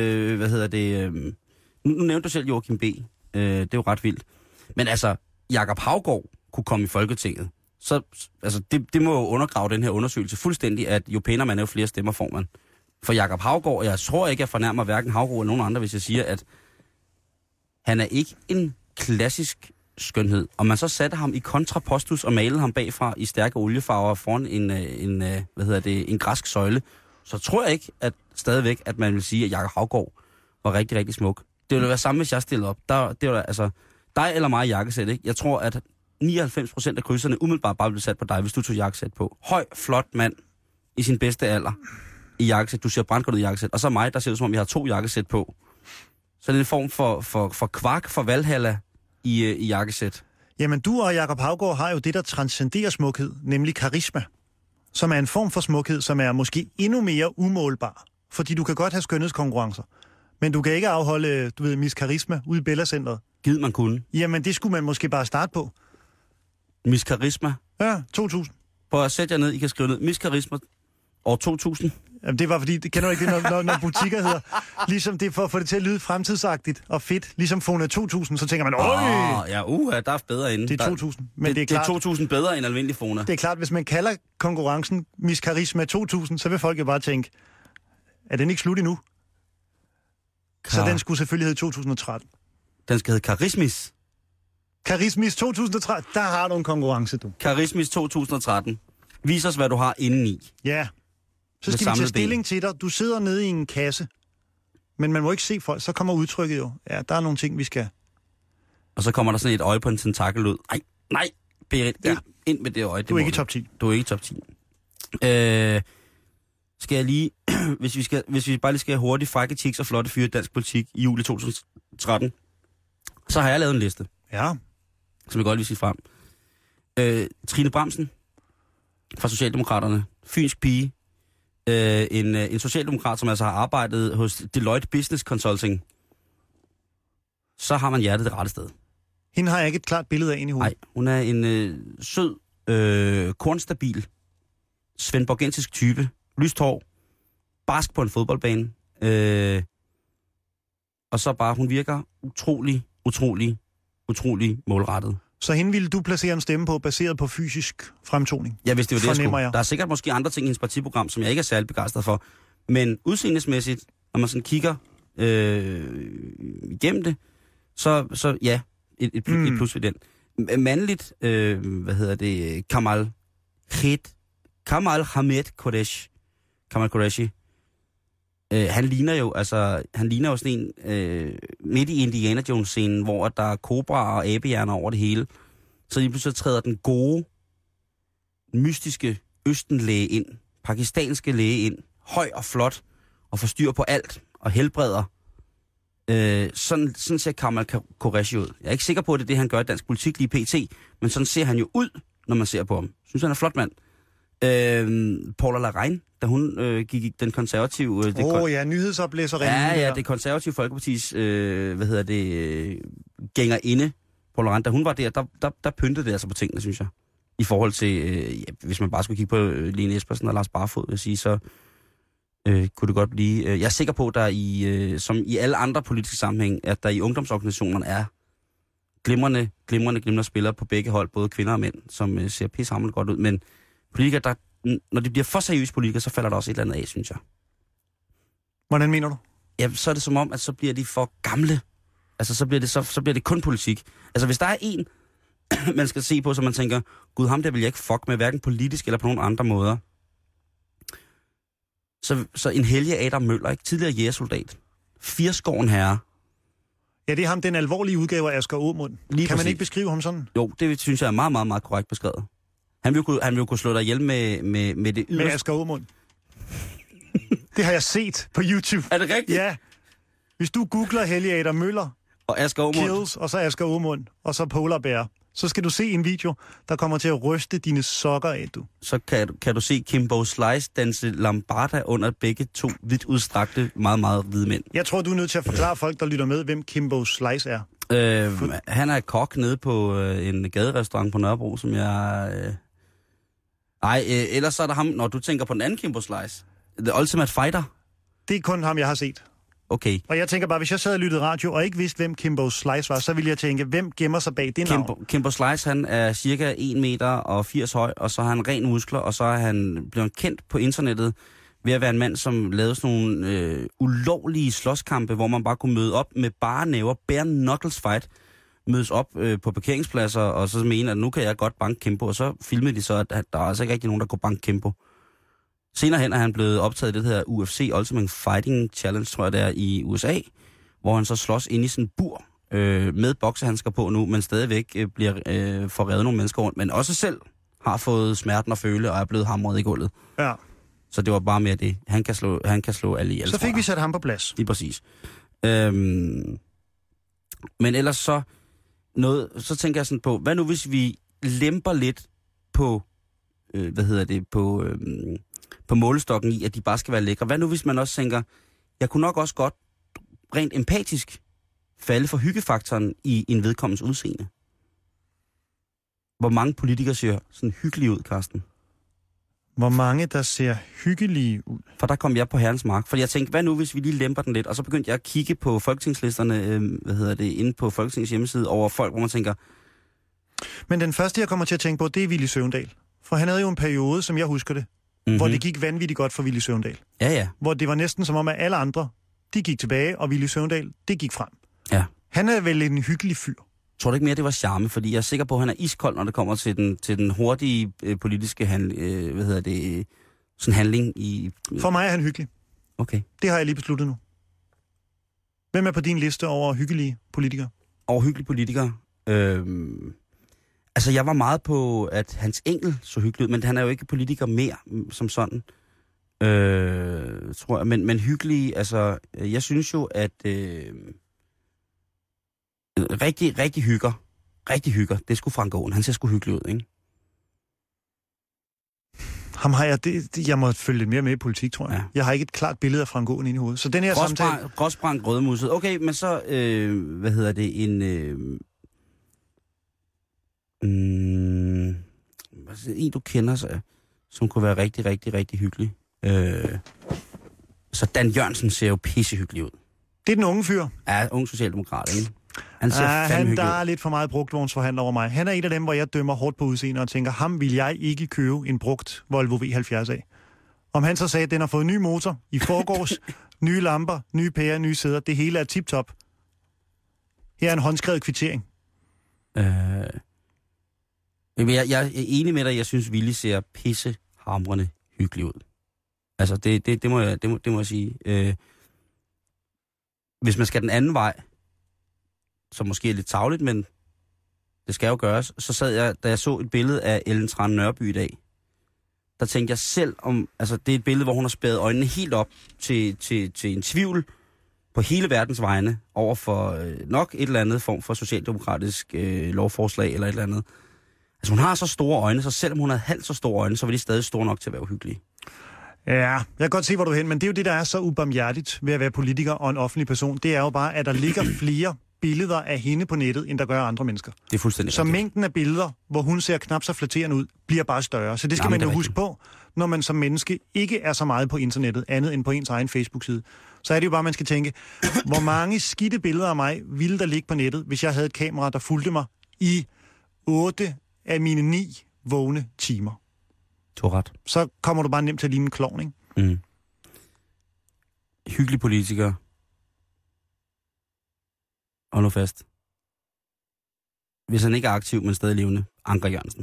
Nu nævnte du selv Joachim B. Det er jo ret vildt. Men altså, Jakob Haugaard kunne komme i Folketinget. Så altså, det må jo undergrave den her undersøgelse fuldstændig, at jo pænere man er, jo flere stemmer får man. For Jakob Haugaard, jeg tror ikke, jeg fornærmer hverken Haugaard eller nogen andre, hvis jeg siger, at han er ikke en klassisk skønhed. Og man så satte ham i kontrapostus og malede ham bagfra i stærke oliefarver foran en græsk søjle, så tror jeg ikke, at stadigvæk, at man vil sige, at Jakob Haugaard var rigtig, rigtig smuk. Det ville være samme, hvis jeg stillede op. Det var altså dig eller mig i jakkesæt, ikke? Jeg tror, at 99% af krydserne umiddelbart bare blev sat på dig, hvis du tog jakkesæt på. Høj, flot mand i sin bedste alder i jakkesæt. Du ser brandgodt ud i jakkesæt. Og så mig, der ser ud som om, jeg har 2 jakkesæt på. Så det er en form for kvark for Valhalla i jakkesæt. Jamen, du og Jakob Haugaard har jo det, der transcenderer smukhed, nemlig karisma. Som er en form for smukhed, som er måske endnu mere umålbar. Fordi du kan godt have skønhedskonkurrencer. Men du kan ikke afholde, Miss Karisma ude i Bella Centeret. Gid man kunne. Jamen, det skulle man måske bare starte på. Miss Karisma? Ja, 2000. Prøv at sætte jer ned, I kan skrive ned. Miss Karisma år 2000. Jamen, det var fordi, det kender du ikke det, når butikker hedder. Ligesom det for at få det til at lyde fremtidsagtigt og fedt. Ligesom Fona 2000, så tænker man, ja, der er bedre inde. Det er 2000. Men det er klart, det er 2000 bedre end almindelig Fona. Det er klart, hvis man kalder konkurrencen Miss Karisma 2000, så vil folk jo bare tænke, er den ikke slut endnu? Så den skulle selvfølgelig hedde 2013. Den skal hedde Karismis. Karismis 2013, der har du en konkurrence, du. Karismis 2013. Vis os, hvad du har indeni. Ja. Så skal vi tage stilling til dig. Du sidder nede i en kasse, men man må ikke se folk. Så kommer udtrykket jo. Ja, der er nogle ting, vi skal... Og så kommer der sådan et øje på en tentakel ud. Nej, Berit, ind med det øje. Du er ikke i top 10. Du er ikke i top 10. Skal jeg lige... hvis vi bare lige skal have hurtigt frække chicks og flotte fyre i dansk politik i juli 2013, så har jeg lavet en liste. Ja. Som jeg godt vil sige frem. Trine Bramsen fra Socialdemokraterne. Fynsk pige. En socialdemokrat, som altså har arbejdet hos Deloitte Business Consulting. Så har man hjertet det rette sted. Hende har jeg ikke et klart billede af inde i hovedet. Nej, hun er en sød, kornstabil, svendborgensisk type. Lyst hår. Barsk på en fodboldbane. Og så bare, hun virker utrolig målrettet. Så hende ville du placere en stemme på, baseret på fysisk fremtoning? Ja, hvis det var det, jeg skulle. Der er sikkert måske andre ting i hendes partiprogram, som jeg ikke er særlig begejstret for. Men udseendesmæssigt, når man sådan kigger igennem det, så ja, et plus ved den. Mandligt, Kamal Hamed Qureshi. Han ligner jo sådan en midt i Indiana Jones-scenen, hvor der er kobraer og abehjerner over det hele. Så lige pludselig træder den gode, mystiske østenlæge ind, pakistanske læge ind, høj og flot, og får styr på alt, og helbreder. Sådan ser Kamal Qureshi ud. Jeg er ikke sikker på, at det er det, han gør i dansk politik lige pt., men sådan ser han jo ud, når man ser på ham. Jeg synes, han er flot mand. Paula Larrain, da hun gik i den konservative... nyhedsoplæserinde. Ja, det konservative Folkepartis, gængerinde, Paula Larrain, da hun var der pyntede det altså på tingene, synes jeg. I forhold til, hvis man bare skulle kigge på Lene Espersen og Lars Barfod, vil jeg sige, så kunne det godt blive... jeg er sikker på, at der som i alle andre politiske sammenhæng, at der i ungdomsorganisationerne er glimrende spillere på begge hold, både kvinder og mænd, som ser pissehammerende godt ud, men politikere, når de bliver for seriøse politikere, så falder der også et eller andet af, synes jeg. Hvordan mener du? Ja, så er det som om, at så bliver de for gamle. Altså, så bliver det kun politik. Altså, hvis der er en, man skal se på, så man tænker, gud, ham der vil jeg ikke fuck med, hverken politisk eller på nogen andre måder. Så en Helge Adam Møller, ikke? Tidligere jægersoldat. Firskåren herre. Ja, det er ham, den alvorlige udgave af Asger Aamund. Kan man ikke beskrive ham sådan? Jo, det synes jeg er meget, meget, meget korrekt beskrevet. Han vil kunne slå dig ihjel med det yderste. Med Asger Aamund. Det har jeg set på YouTube. Er det rigtigt? Ja. Hvis du googler Helge Adam Møller og Asger Aamund kills, og så Asger Aamund, og så Polar Bear, så skal du se en video, der kommer til at ryste dine sokker af, du. Så kan du se Kimbo Slice danse lambada under begge to vidt udstrakte, meget, meget hvide mænd. Jeg tror, du er nødt til at forklare folk, der lytter med, hvem Kimbo Slice er. Han er kok nede på en gaderestaurant på Nørrebro, som jeg... ellers så er der ham, når du tænker på den anden Kimbo Slice. The Ultimate Fighter. Det er kun ham, jeg har set. Okay. Og jeg tænker bare, hvis jeg sad og lyttede radio, og ikke vidste, hvem Kimbo Slice var, så ville jeg tænke, hvem gemmer sig bag det navn? Kimbo Slice, han er cirka 1,80 meter høj, og så har han ren muskler, og så er han blevet kendt på internettet ved at være en mand, som lavede sådan nogle ulovlige slåskampe, hvor man bare kunne møde op med bare næver, bare knuckles fight, mødes op på parkeringspladser, og så mener, at nu kan jeg godt banke Kimbo, og så filmede de så, at der er altså ikke rigtig nogen, der kunne banke Kimbo. Senere hen er han blevet optaget i det her UFC Ultimate Fighting Challenge, tror jeg det er, i USA, hvor han så slås ind i sådan en bur med boksehandsker på nu, men stadigvæk bliver får revet nogle mennesker rundt, men også selv har fået smerten at føle og er blevet hamret i gulvet. Ja. Så det var bare mere det. Han kan slå alle ihjel. Så fik vi sat ham på plads. Lige præcis. Men ellers så tænker jeg sådan på, hvad nu hvis vi lemper lidt på, på målestokken i, at de bare skal være lækre. Hvad nu hvis man også tænker, jeg kunne nok også godt rent empatisk falde for hyggefaktoren i en vedkommens udseende. Hvor mange politikere ser sådan hyggelige ud, Carsten? Hvor mange, der ser hyggelige ud? For der kom jeg på herrens mark. For jeg tænkte, hvad nu hvis vi lige lemper den lidt? Og så begyndte jeg at kigge på folketingslisterne, inde på Folketingets hjemmeside, over folk, hvor man tænker... Men den første, jeg kommer til at tænke på, det er Villy Søvndal. For han havde jo en periode, som jeg husker det, hvor det gik vanvittigt godt for Villy Søvndal. Ja, ja. Hvor det var næsten som om, at alle andre, de gik tilbage, og Villy Søvndal, det gik frem. Ja. Han er vel en hyggelig fyr. Tror du ikke mere, det var charme? Fordi jeg er sikker på, at han er iskold, når det kommer til den hurtige politiske handling i... For mig er han hyggelig. Okay. Det har jeg lige besluttet nu. Hvem er på din liste over hyggelige politikere? Over hyggelige politikere? Altså, jeg var meget på, at Hans Engel så hyggelig ud, men han er jo ikke politiker mere, som sådan. Tror jeg. Men hyggelige, altså, jeg synes jo, at... Rigtig hygger. Det er sgu Frank Aaen. Han ser sgu hyggelig ud, ikke? Ham har jeg... Jeg må følge lidt mere med i politik, tror jeg. Ja. Jeg har ikke et klart billede af Frank Aaen inde i hovedet. Så den her samtale... Gråsprang, rødmusset. Okay, men så... en, du kender sig, som kunne være rigtig hyggelig. Så Dan Jørgensen ser jo pissehyggelig ud. Det er den unge fyr. Ja, unge socialdemokrat, ikke? Han der er lidt for meget brugtvognsforhandler over mig. Han er en af dem, hvor jeg dømmer hårdt på udseende og tænker, ham vil jeg ikke købe en brugt Volvo V70 af. Om han så sagde, at den har fået ny motor i forgårs, nye lamper, nye pærer, nye sæder, det hele er tip-top. Her er en håndskrevet kvittering. Jeg er enig med dig, jeg synes, Willy ser pissehamrende hyggelig ud. Altså, det må jeg sige. Hvis man skal den anden vej, som måske er lidt tarveligt, men det skal jo gøres, så sad jeg, da jeg så et billede af Ellen Trane Nørby i dag, der tænkte jeg selv om, altså det er et billede, hvor hun har spærret øjnene helt op til en tvivl på hele verdens vegne over for nok et eller andet form for socialdemokratisk lovforslag eller et eller andet. Altså hun har så store øjne, så selvom hun havde halvt så store øjne, så var de stadig store nok til at være uhyggelige. Ja, jeg kan godt se, hvor du er hen, men det er jo det, der er så ubarmhjertigt ved at være politiker og en offentlig person. Det er jo bare, at der ligger flere billeder af hende på nettet, end der gør andre mennesker. Det er fuldstændig så rigtigt. Mængden af billeder, hvor hun ser knap så flatterende ud, bliver bare større. Så det skal man jo huske på, når man som menneske ikke er så meget på internettet, andet end på ens egen Facebook-side. Så er det jo bare, man skal tænke, hvor mange skidte billeder af mig ville der ligge på nettet, hvis jeg havde et kamera, der fulgte mig i 8 af mine 9 vågne timer. Ret. Så kommer du bare nemt til at ligne en klovn, ikke? Mm. Hyggelig politiker. Og nu fast. Hvis han ikke er aktiv, men stadig levende. Anker Jørgensen.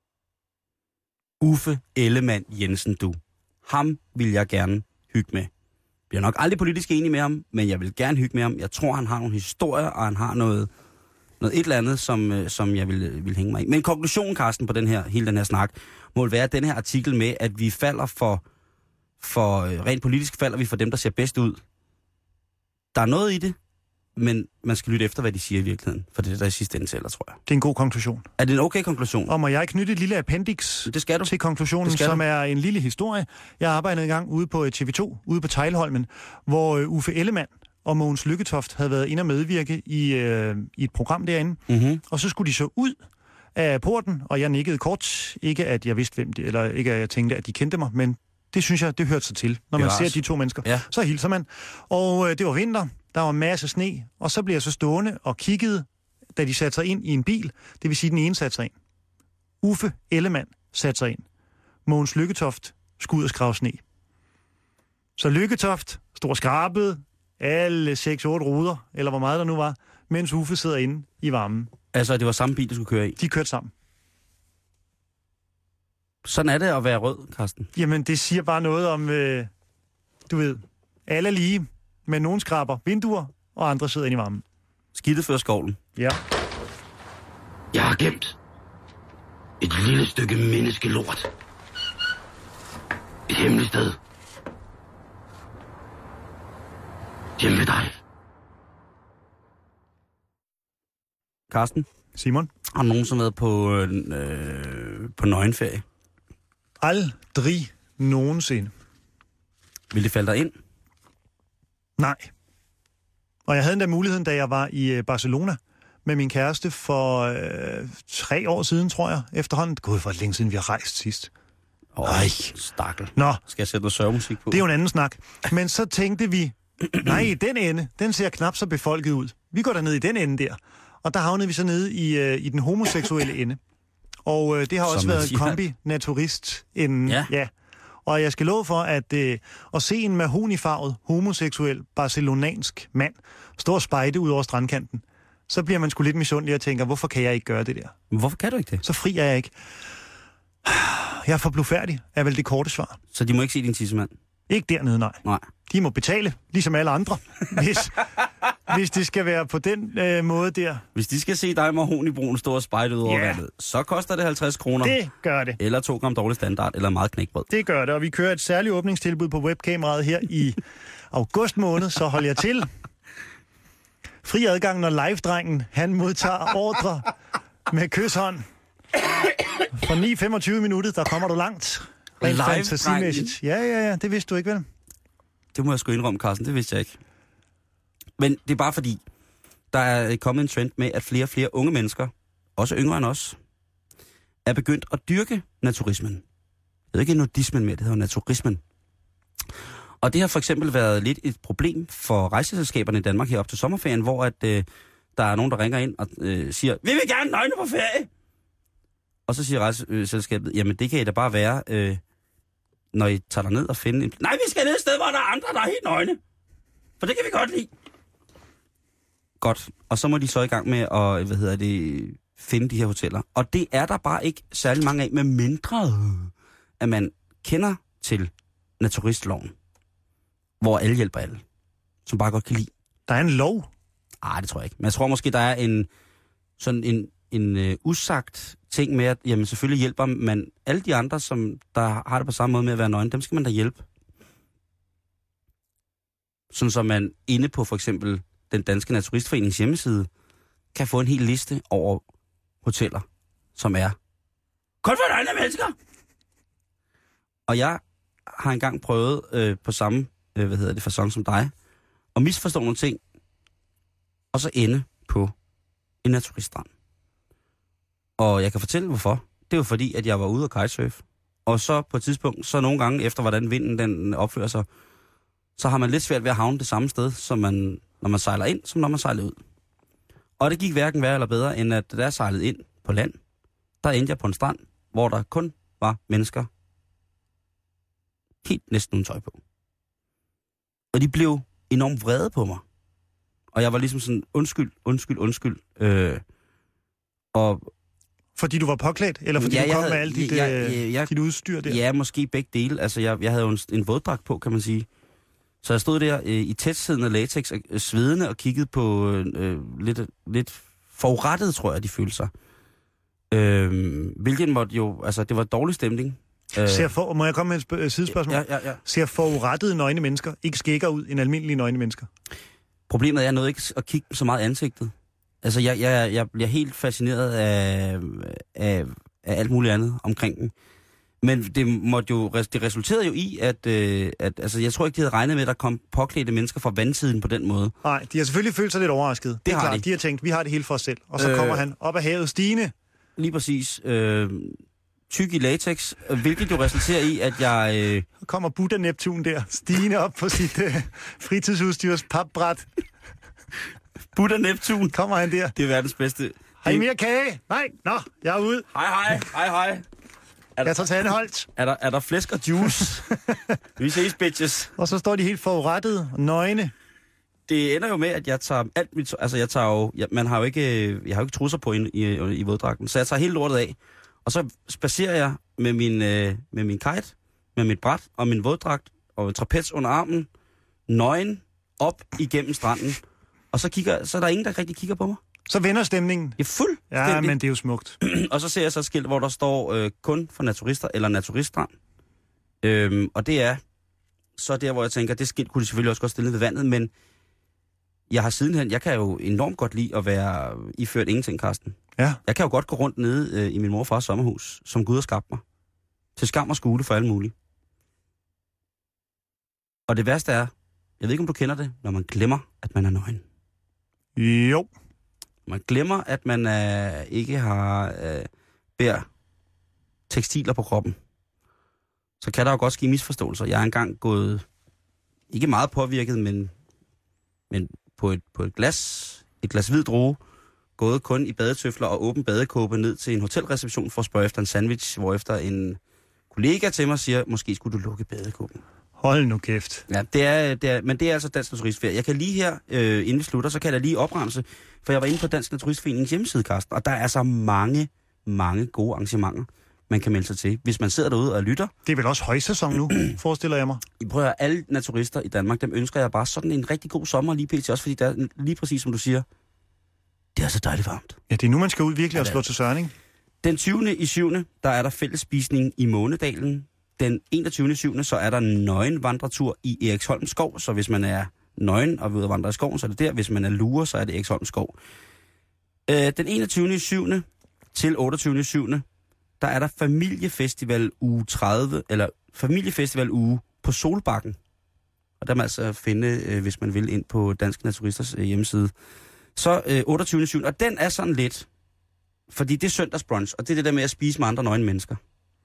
Uffe Ellemann Jensen, du. Ham vil jeg gerne hygge med. Jeg er nok aldrig politisk enig med ham, men jeg vil gerne hygge med ham. Jeg tror, han har nogle historier, og han har noget et eller andet, som jeg vil hænge mig i. Men konklusionen, Carsten, på hele den her snak, må være den her artikel med, at vi falder for rent politisk falder vi for dem, der ser bedst ud. Der er noget i det, Men man skal lytte efter, hvad de siger i virkeligheden. For det er der i sidste ende tæller, tror jeg. Det er en god konklusion. Er det en okay konklusion? Og må jeg knytte et lille appendix Det skal du. til konklusionen, som er en lille historie. Jeg arbejdede engang ude på TV2, ude på Teglholmen, hvor Uffe Ellemann og Mogens Lykketoft havde været inde og medvirke i et program derinde. Mm-hmm. Og så skulle de så ud af porten, og jeg nikkede kort. Ikke at jeg vidste, hvem det, eller ikke at jeg tænkte, at de kendte mig, men det synes jeg, det hørte sig til. Når man ser de to mennesker, så hilser man. Og det var vinter, der var masser af sne, og så blev jeg så stående og kiggede, da de satte sig ind i en bil. Det vil sige, den ene satte sig ind. Uffe Ellemann satte sig ind. Mogens Lykketoft skulle ud og skrave sne. Så Lykketoft stod og skrabede alle 6-8 ruder, eller hvor meget der nu var, mens Uffe sidder inde i varmen. Altså, det var samme bil, du skulle køre i? De kørte sammen. Sådan er det at være rød, Carsten. Jamen, det siger bare noget om, du ved, alle er lige, men nogen skraber vinduer, og andre sidder inde i varmen. Skidtet før skovlen. Ja. Jeg har gemt et lille stykke menneskelort. Et hemmeligt sted. Hjemme ved dig. Carsten? Simon? Har du nogensinde været på nøgenferie? Aldrig nogensinde. Vil det falde dig ind? Nej. Og jeg havde endda muligheden, da jeg var i Barcelona med min kæreste for 3 år siden, tror jeg, efterhånden. Gud, hvor længe siden vi har rejst sidst. Stakkel. Nå. Skal jeg sætte noget sørgemusik på? Det er jo en anden snak. Men så tænkte vi, nej, den ende, den ser knap så befolket ud. Vi går derned i den ende der. Og der havnede vi så nede i den homoseksuelle ende. Og det har også været kombi-naturist-enden. Ja. Og jeg skal love for, at se en mahognifarvet, homoseksuel, barcelonansk mand stå og spejde ud over strandkanten, så bliver man sgu lidt misundelig og tænker, hvorfor kan jeg ikke gøre det der? Men hvorfor kan du ikke det? Så fri er jeg ikke. Jeg er for blufærdig, er vel det korte svar. Så de må ikke se din tissemand? Ikke dernede, nej. De må betale, ligesom alle andre, hvis det skal være på den måde der. Hvis de skal se dig mahognibrun stå og spejde ud over vandet, så koster det 50 kroner. Det gør det. Eller 2 gram dårlig standard, eller meget knækbrød. Det gør det, og vi kører et særligt åbningstilbud på webkameraet her i august måned, så hold jer til. Fri adgang, når live-drengen, han modtager ordre med kyshånd. For 9-25 minutter, der kommer du langt. Rent fantasimæssigt. Ja, det vidste du ikke, vel? Det må jeg sgu indrømme, Carsten, det vidste jeg ikke. Men det er bare fordi, der er kommet en trend med, at flere og flere unge mennesker, også yngre end os, er begyndt at dyrke naturismen. Det hedder ikke nudismen mere, det hedder naturismen. Og det har for eksempel været lidt et problem for rejseselskaberne i Danmark her op til sommerferien, hvor at, der er nogen, der ringer ind og siger, vi vil gerne nøgne på ferie! Og så siger rejseselskabet, jamen det kan I da bare være, når I tager ned og finder en... Nej, vi skal ned et sted, hvor der er andre, der er helt nøgne. For det kan vi godt lide. Godt. Og så må de så i gang med at, finde de her hoteller. Og det er der bare ikke særlig mange af, med mindre, at man kender til naturistloven. Hvor alle hjælper alle. Som bare godt kan lide. Der er en lov? Nej, det tror jeg ikke. Men jeg tror måske, der er en usagt ting med, at jamen, selvfølgelig hjælper man alle de andre, som der har det på samme måde med at være nøgen, dem skal man da hjælpe. Sådan så man inde på for eksempel den Danske Naturistforenings hjemmeside, kan få en hel liste over hoteller, som er kun for nøgne mennesker. Og jeg har engang prøvet på samme facon som dig, at misforstå nogle ting, og så ende på en naturiststrand. Og jeg kan fortælle, hvorfor. Det var fordi, at jeg var ude og kitesurfe. Og så på et tidspunkt, så nogle gange efter, hvordan vinden den opfører sig, så har man lidt svært ved at havne det samme sted, som man, når man sejler ind, som når man sejler ud. Og det gik hverken værre eller bedre, end at da jeg sejlede ind på land, der endte jeg på en strand, hvor der kun var mennesker helt næsten uden tøj på. Og de blev enormt vrede på mig. Og jeg var ligesom sådan, undskyld. Og fordi du var påklædt? Eller fordi du kom med alt dit udstyr der? Ja, måske begge dele. Altså, jeg havde jo en våddragt på, kan man sige. Så jeg stod der i tætsiddende latex, svedende og kiggede på lidt forurettet, tror jeg, de følte sig. Hvilken måtte jo... Altså, det var dårlig stemning. Må jeg komme med et sidespørgsmål? Ja. Ser forurettede nøgne mennesker ikke skækker ud end almindelige nøgne mennesker? Problemet er, at jeg nåede ikke at kigge så meget i ansigtet. Altså, jeg bliver helt fascineret af alt muligt andet omkring den. Men det resulterede jo i, at altså, jeg tror ikke, de havde regnet med, at der kom påklædte mennesker fra vandsiden på den måde. Nej, de har selvfølgelig følt sig lidt overrasket. Det er klart, de har tænkt, vi har det hele for os selv. Og så kommer han op af havet stigende. Lige præcis. Tyk i latex, hvilket jo resulterer i, at jeg... kommer Buddha Neptun der, stigende op på sit fritidsudstyrs papbræt. Buddha Neptun. Kommer han der. Det er verdens bedste. Har I mere kage? Nej, nå, jeg er ude. Hej. Jeg tager Tanneholdt. Er der flæsk og juice? Vi ses, bitches. Og så står de helt forurettede og nøgne. Det ender jo med, at jeg tager alt mit... Altså, jeg tager jo... Jeg har jo ikke trusser på i våddragten, så jeg tager hele lortet af. Og så spacerer jeg med min kite, med mit bræt og min våddragt og trapez under armen, nøgen, op igennem stranden. Og så er der ingen, der rigtig kigger på mig. Så vender stemningen. Ja, fuldstændig. Ja, men det er jo smukt. Og så ser jeg så et skilt, hvor der står kun for naturister eller naturiststrand. Og det er så der, hvor jeg tænker, det skilt kunne de selvfølgelig også godt stille ved vandet, men jeg kan jo enormt godt lide at være iført ingenting, Carsten. Ja. Jeg kan jo godt gå rundt nede i min mor og fars sommerhus, som Gud har skabt mig. Til skam og skule for alle mulige. Og det værste er, jeg ved ikke, om du kender det, når man glemmer, at man er nøgen. Jo. Man glemmer, at man ikke har bær tekstiler på kroppen. Så kan der jo godt ske misforståelser. Jeg har engang gået, ikke meget påvirket, men på et glas hvid droge, gået kun i badetøfler og åben badekåbe ned til en hotelreception for at spørge efter en sandwich, hvorefter en kollega til mig siger, måske skulle du lukke badekåben. Hold nu kæft. Ja, men det er altså Dansk Naturistferie. Jeg kan lige her, inden vi slutter, så kan jeg lige opremse, for jeg var inde på Dansk Naturistforeningens hjemmeside, Carsten, og der er så mange gode arrangementer, man kan melde sig til, hvis man sidder derude og lytter. Det er vel også højsæson nu, forestiller jeg mig. I prøver alle naturister i Danmark, dem ønsker jeg bare sådan en rigtig god sommer lige pt. Også fordi der er lige præcis som du siger, det er så dejligt varmt. Ja, det er nu, man skal ud virkelig og slå til søren, ikke? Den 20.7., der er der fællesspisning i Månedalen. Den 21.7., så er der nøgenvandretur i Eriksholm Skov, så hvis man er nøgen og vil ud og vandre i skoven, så er det der. Hvis man er lurer, så er det Eriksholm Skov. Den 21.7. til 28.7., der er der familiefestival uge 30, eller familiefestival uge på Solbakken. Og der man altså finde, hvis man vil, ind på Danske Naturisters hjemmeside. Så 28.7., og den er sådan lidt, fordi det er søndagsbrunch, og det er det der med at spise med andre nøgne mennesker.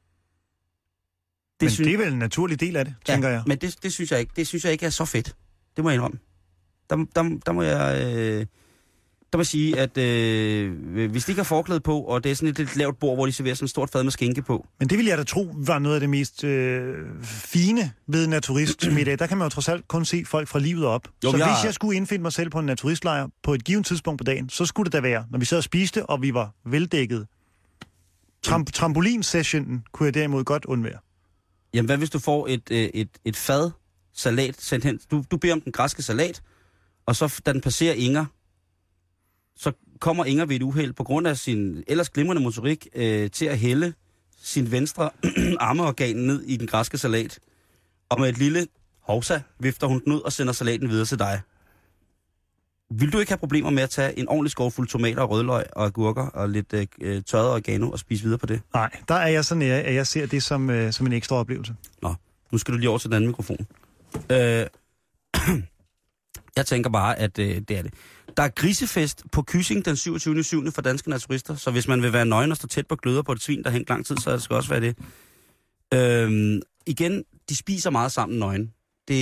Men det er vel en naturlig del af det, tænker jeg. Men det synes jeg ikke. Det synes jeg ikke er så fedt. Det må jeg indrømme. Der må jeg sige, at hvis de ikke har forklæde på, og det er sådan et lidt lavt bord, hvor de serverer sådan et stort fad med skinke på. Men det vil jeg da tro var noget af det mest fine ved naturistmiddag. Der kan man jo trods alt kun se folk fra livet op. Så hvis jeg skulle indfinde mig selv på en naturistlejr på et givet tidspunkt på dagen, så skulle det da være, når vi sad og spiste, og vi var veldækket. Trampolinsessionen kunne jeg derimod godt undvære. Jamen, hvad hvis du får et fad salat sendt hen? Du beder om den græske salat, og så da den passerer Inger, så kommer Inger ved et uheld på grund af sin ellers glimrende motorik til at hælde sin venstre armeorgan ned i den græske salat. Og med et lille hovsa vifter hun den ud og sender salaten videre til dig. Vil du ikke have problemer med at tage en ordentlig skovfuld tomater og rødløg og agurker og lidt tørret oregano og spise videre på det? Nej, der er jeg så nære, at jeg ser det som en ekstra oplevelse. Nå, nu skal du lige over til den anden mikrofon. Jeg tænker bare, at det er det. Der er grisefest på Kyssing den 27.7. for danske naturister, så hvis man vil være nøgen og stå tæt på gløder på et svin, der hængt lang tid, så skal også være det. Igen, de spiser meget sammen nøgen.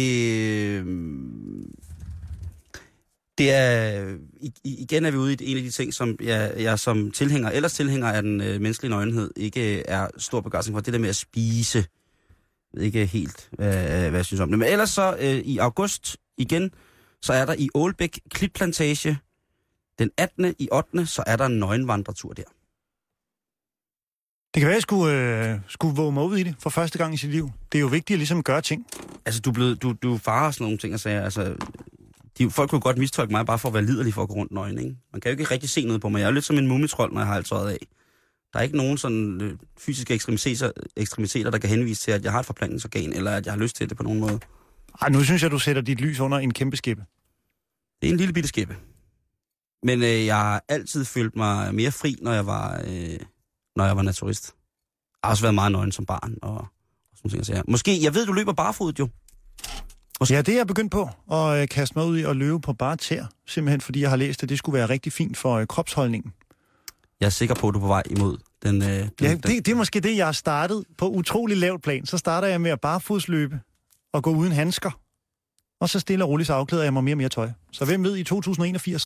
Det er... Igen er vi ude i en af de ting, som jeg som tilhænger af den menneskelige nøgenhed, ikke er stor begejstring for. Det der med at spise. Jeg ved ikke helt, hvad jeg synes om det. Men ellers så i august igen, så er der i Ålbæk Klitplantage den 18. i 8. så er der en nøgenvandretur der. Det kan være, at jeg skulle våge mig ud i det for første gang i sit liv. Det er jo vigtigt at ligesom gøre ting. Altså, du farer sådan nogle ting og sager. Altså, folk kunne godt mistolke mig bare for at være liderlig for at gå rundt nøgen, ikke? Man kan jo ikke rigtig se noget på mig. Jeg er jo lidt som en mumitrol, når jeg har alt tøjet af. Der er ikke nogen sådan fysiske ekstremiteter, der kan henvise til, at jeg har et forplantningsorgan, eller at jeg har lyst til det på nogen måde. Ej, nu synes jeg, du sætter dit lys under en kæmpe skæppe. Det er en lille bitte skæppe. Men jeg har altid følt mig mere fri, når jeg var naturist. Jeg har også været meget nøgen som barn. Og sådan ting, jeg måske, jeg ved, du løber barefodet jo. Måske. Ja, det er jeg begyndt på, at kaste mig ud i at løbe på bare tæer. Simpelthen fordi jeg har læst, at det skulle være rigtig fint for kropsholdningen. Jeg er sikker på, at du er på vej imod den... Det er måske det, jeg har startet på utrolig lavt plan. Så starter jeg med at barefodsløbe og gå uden handsker. Og så stille og roligt så afklæder jeg mig mere og mere tøj. Så hvem ved, i 2081,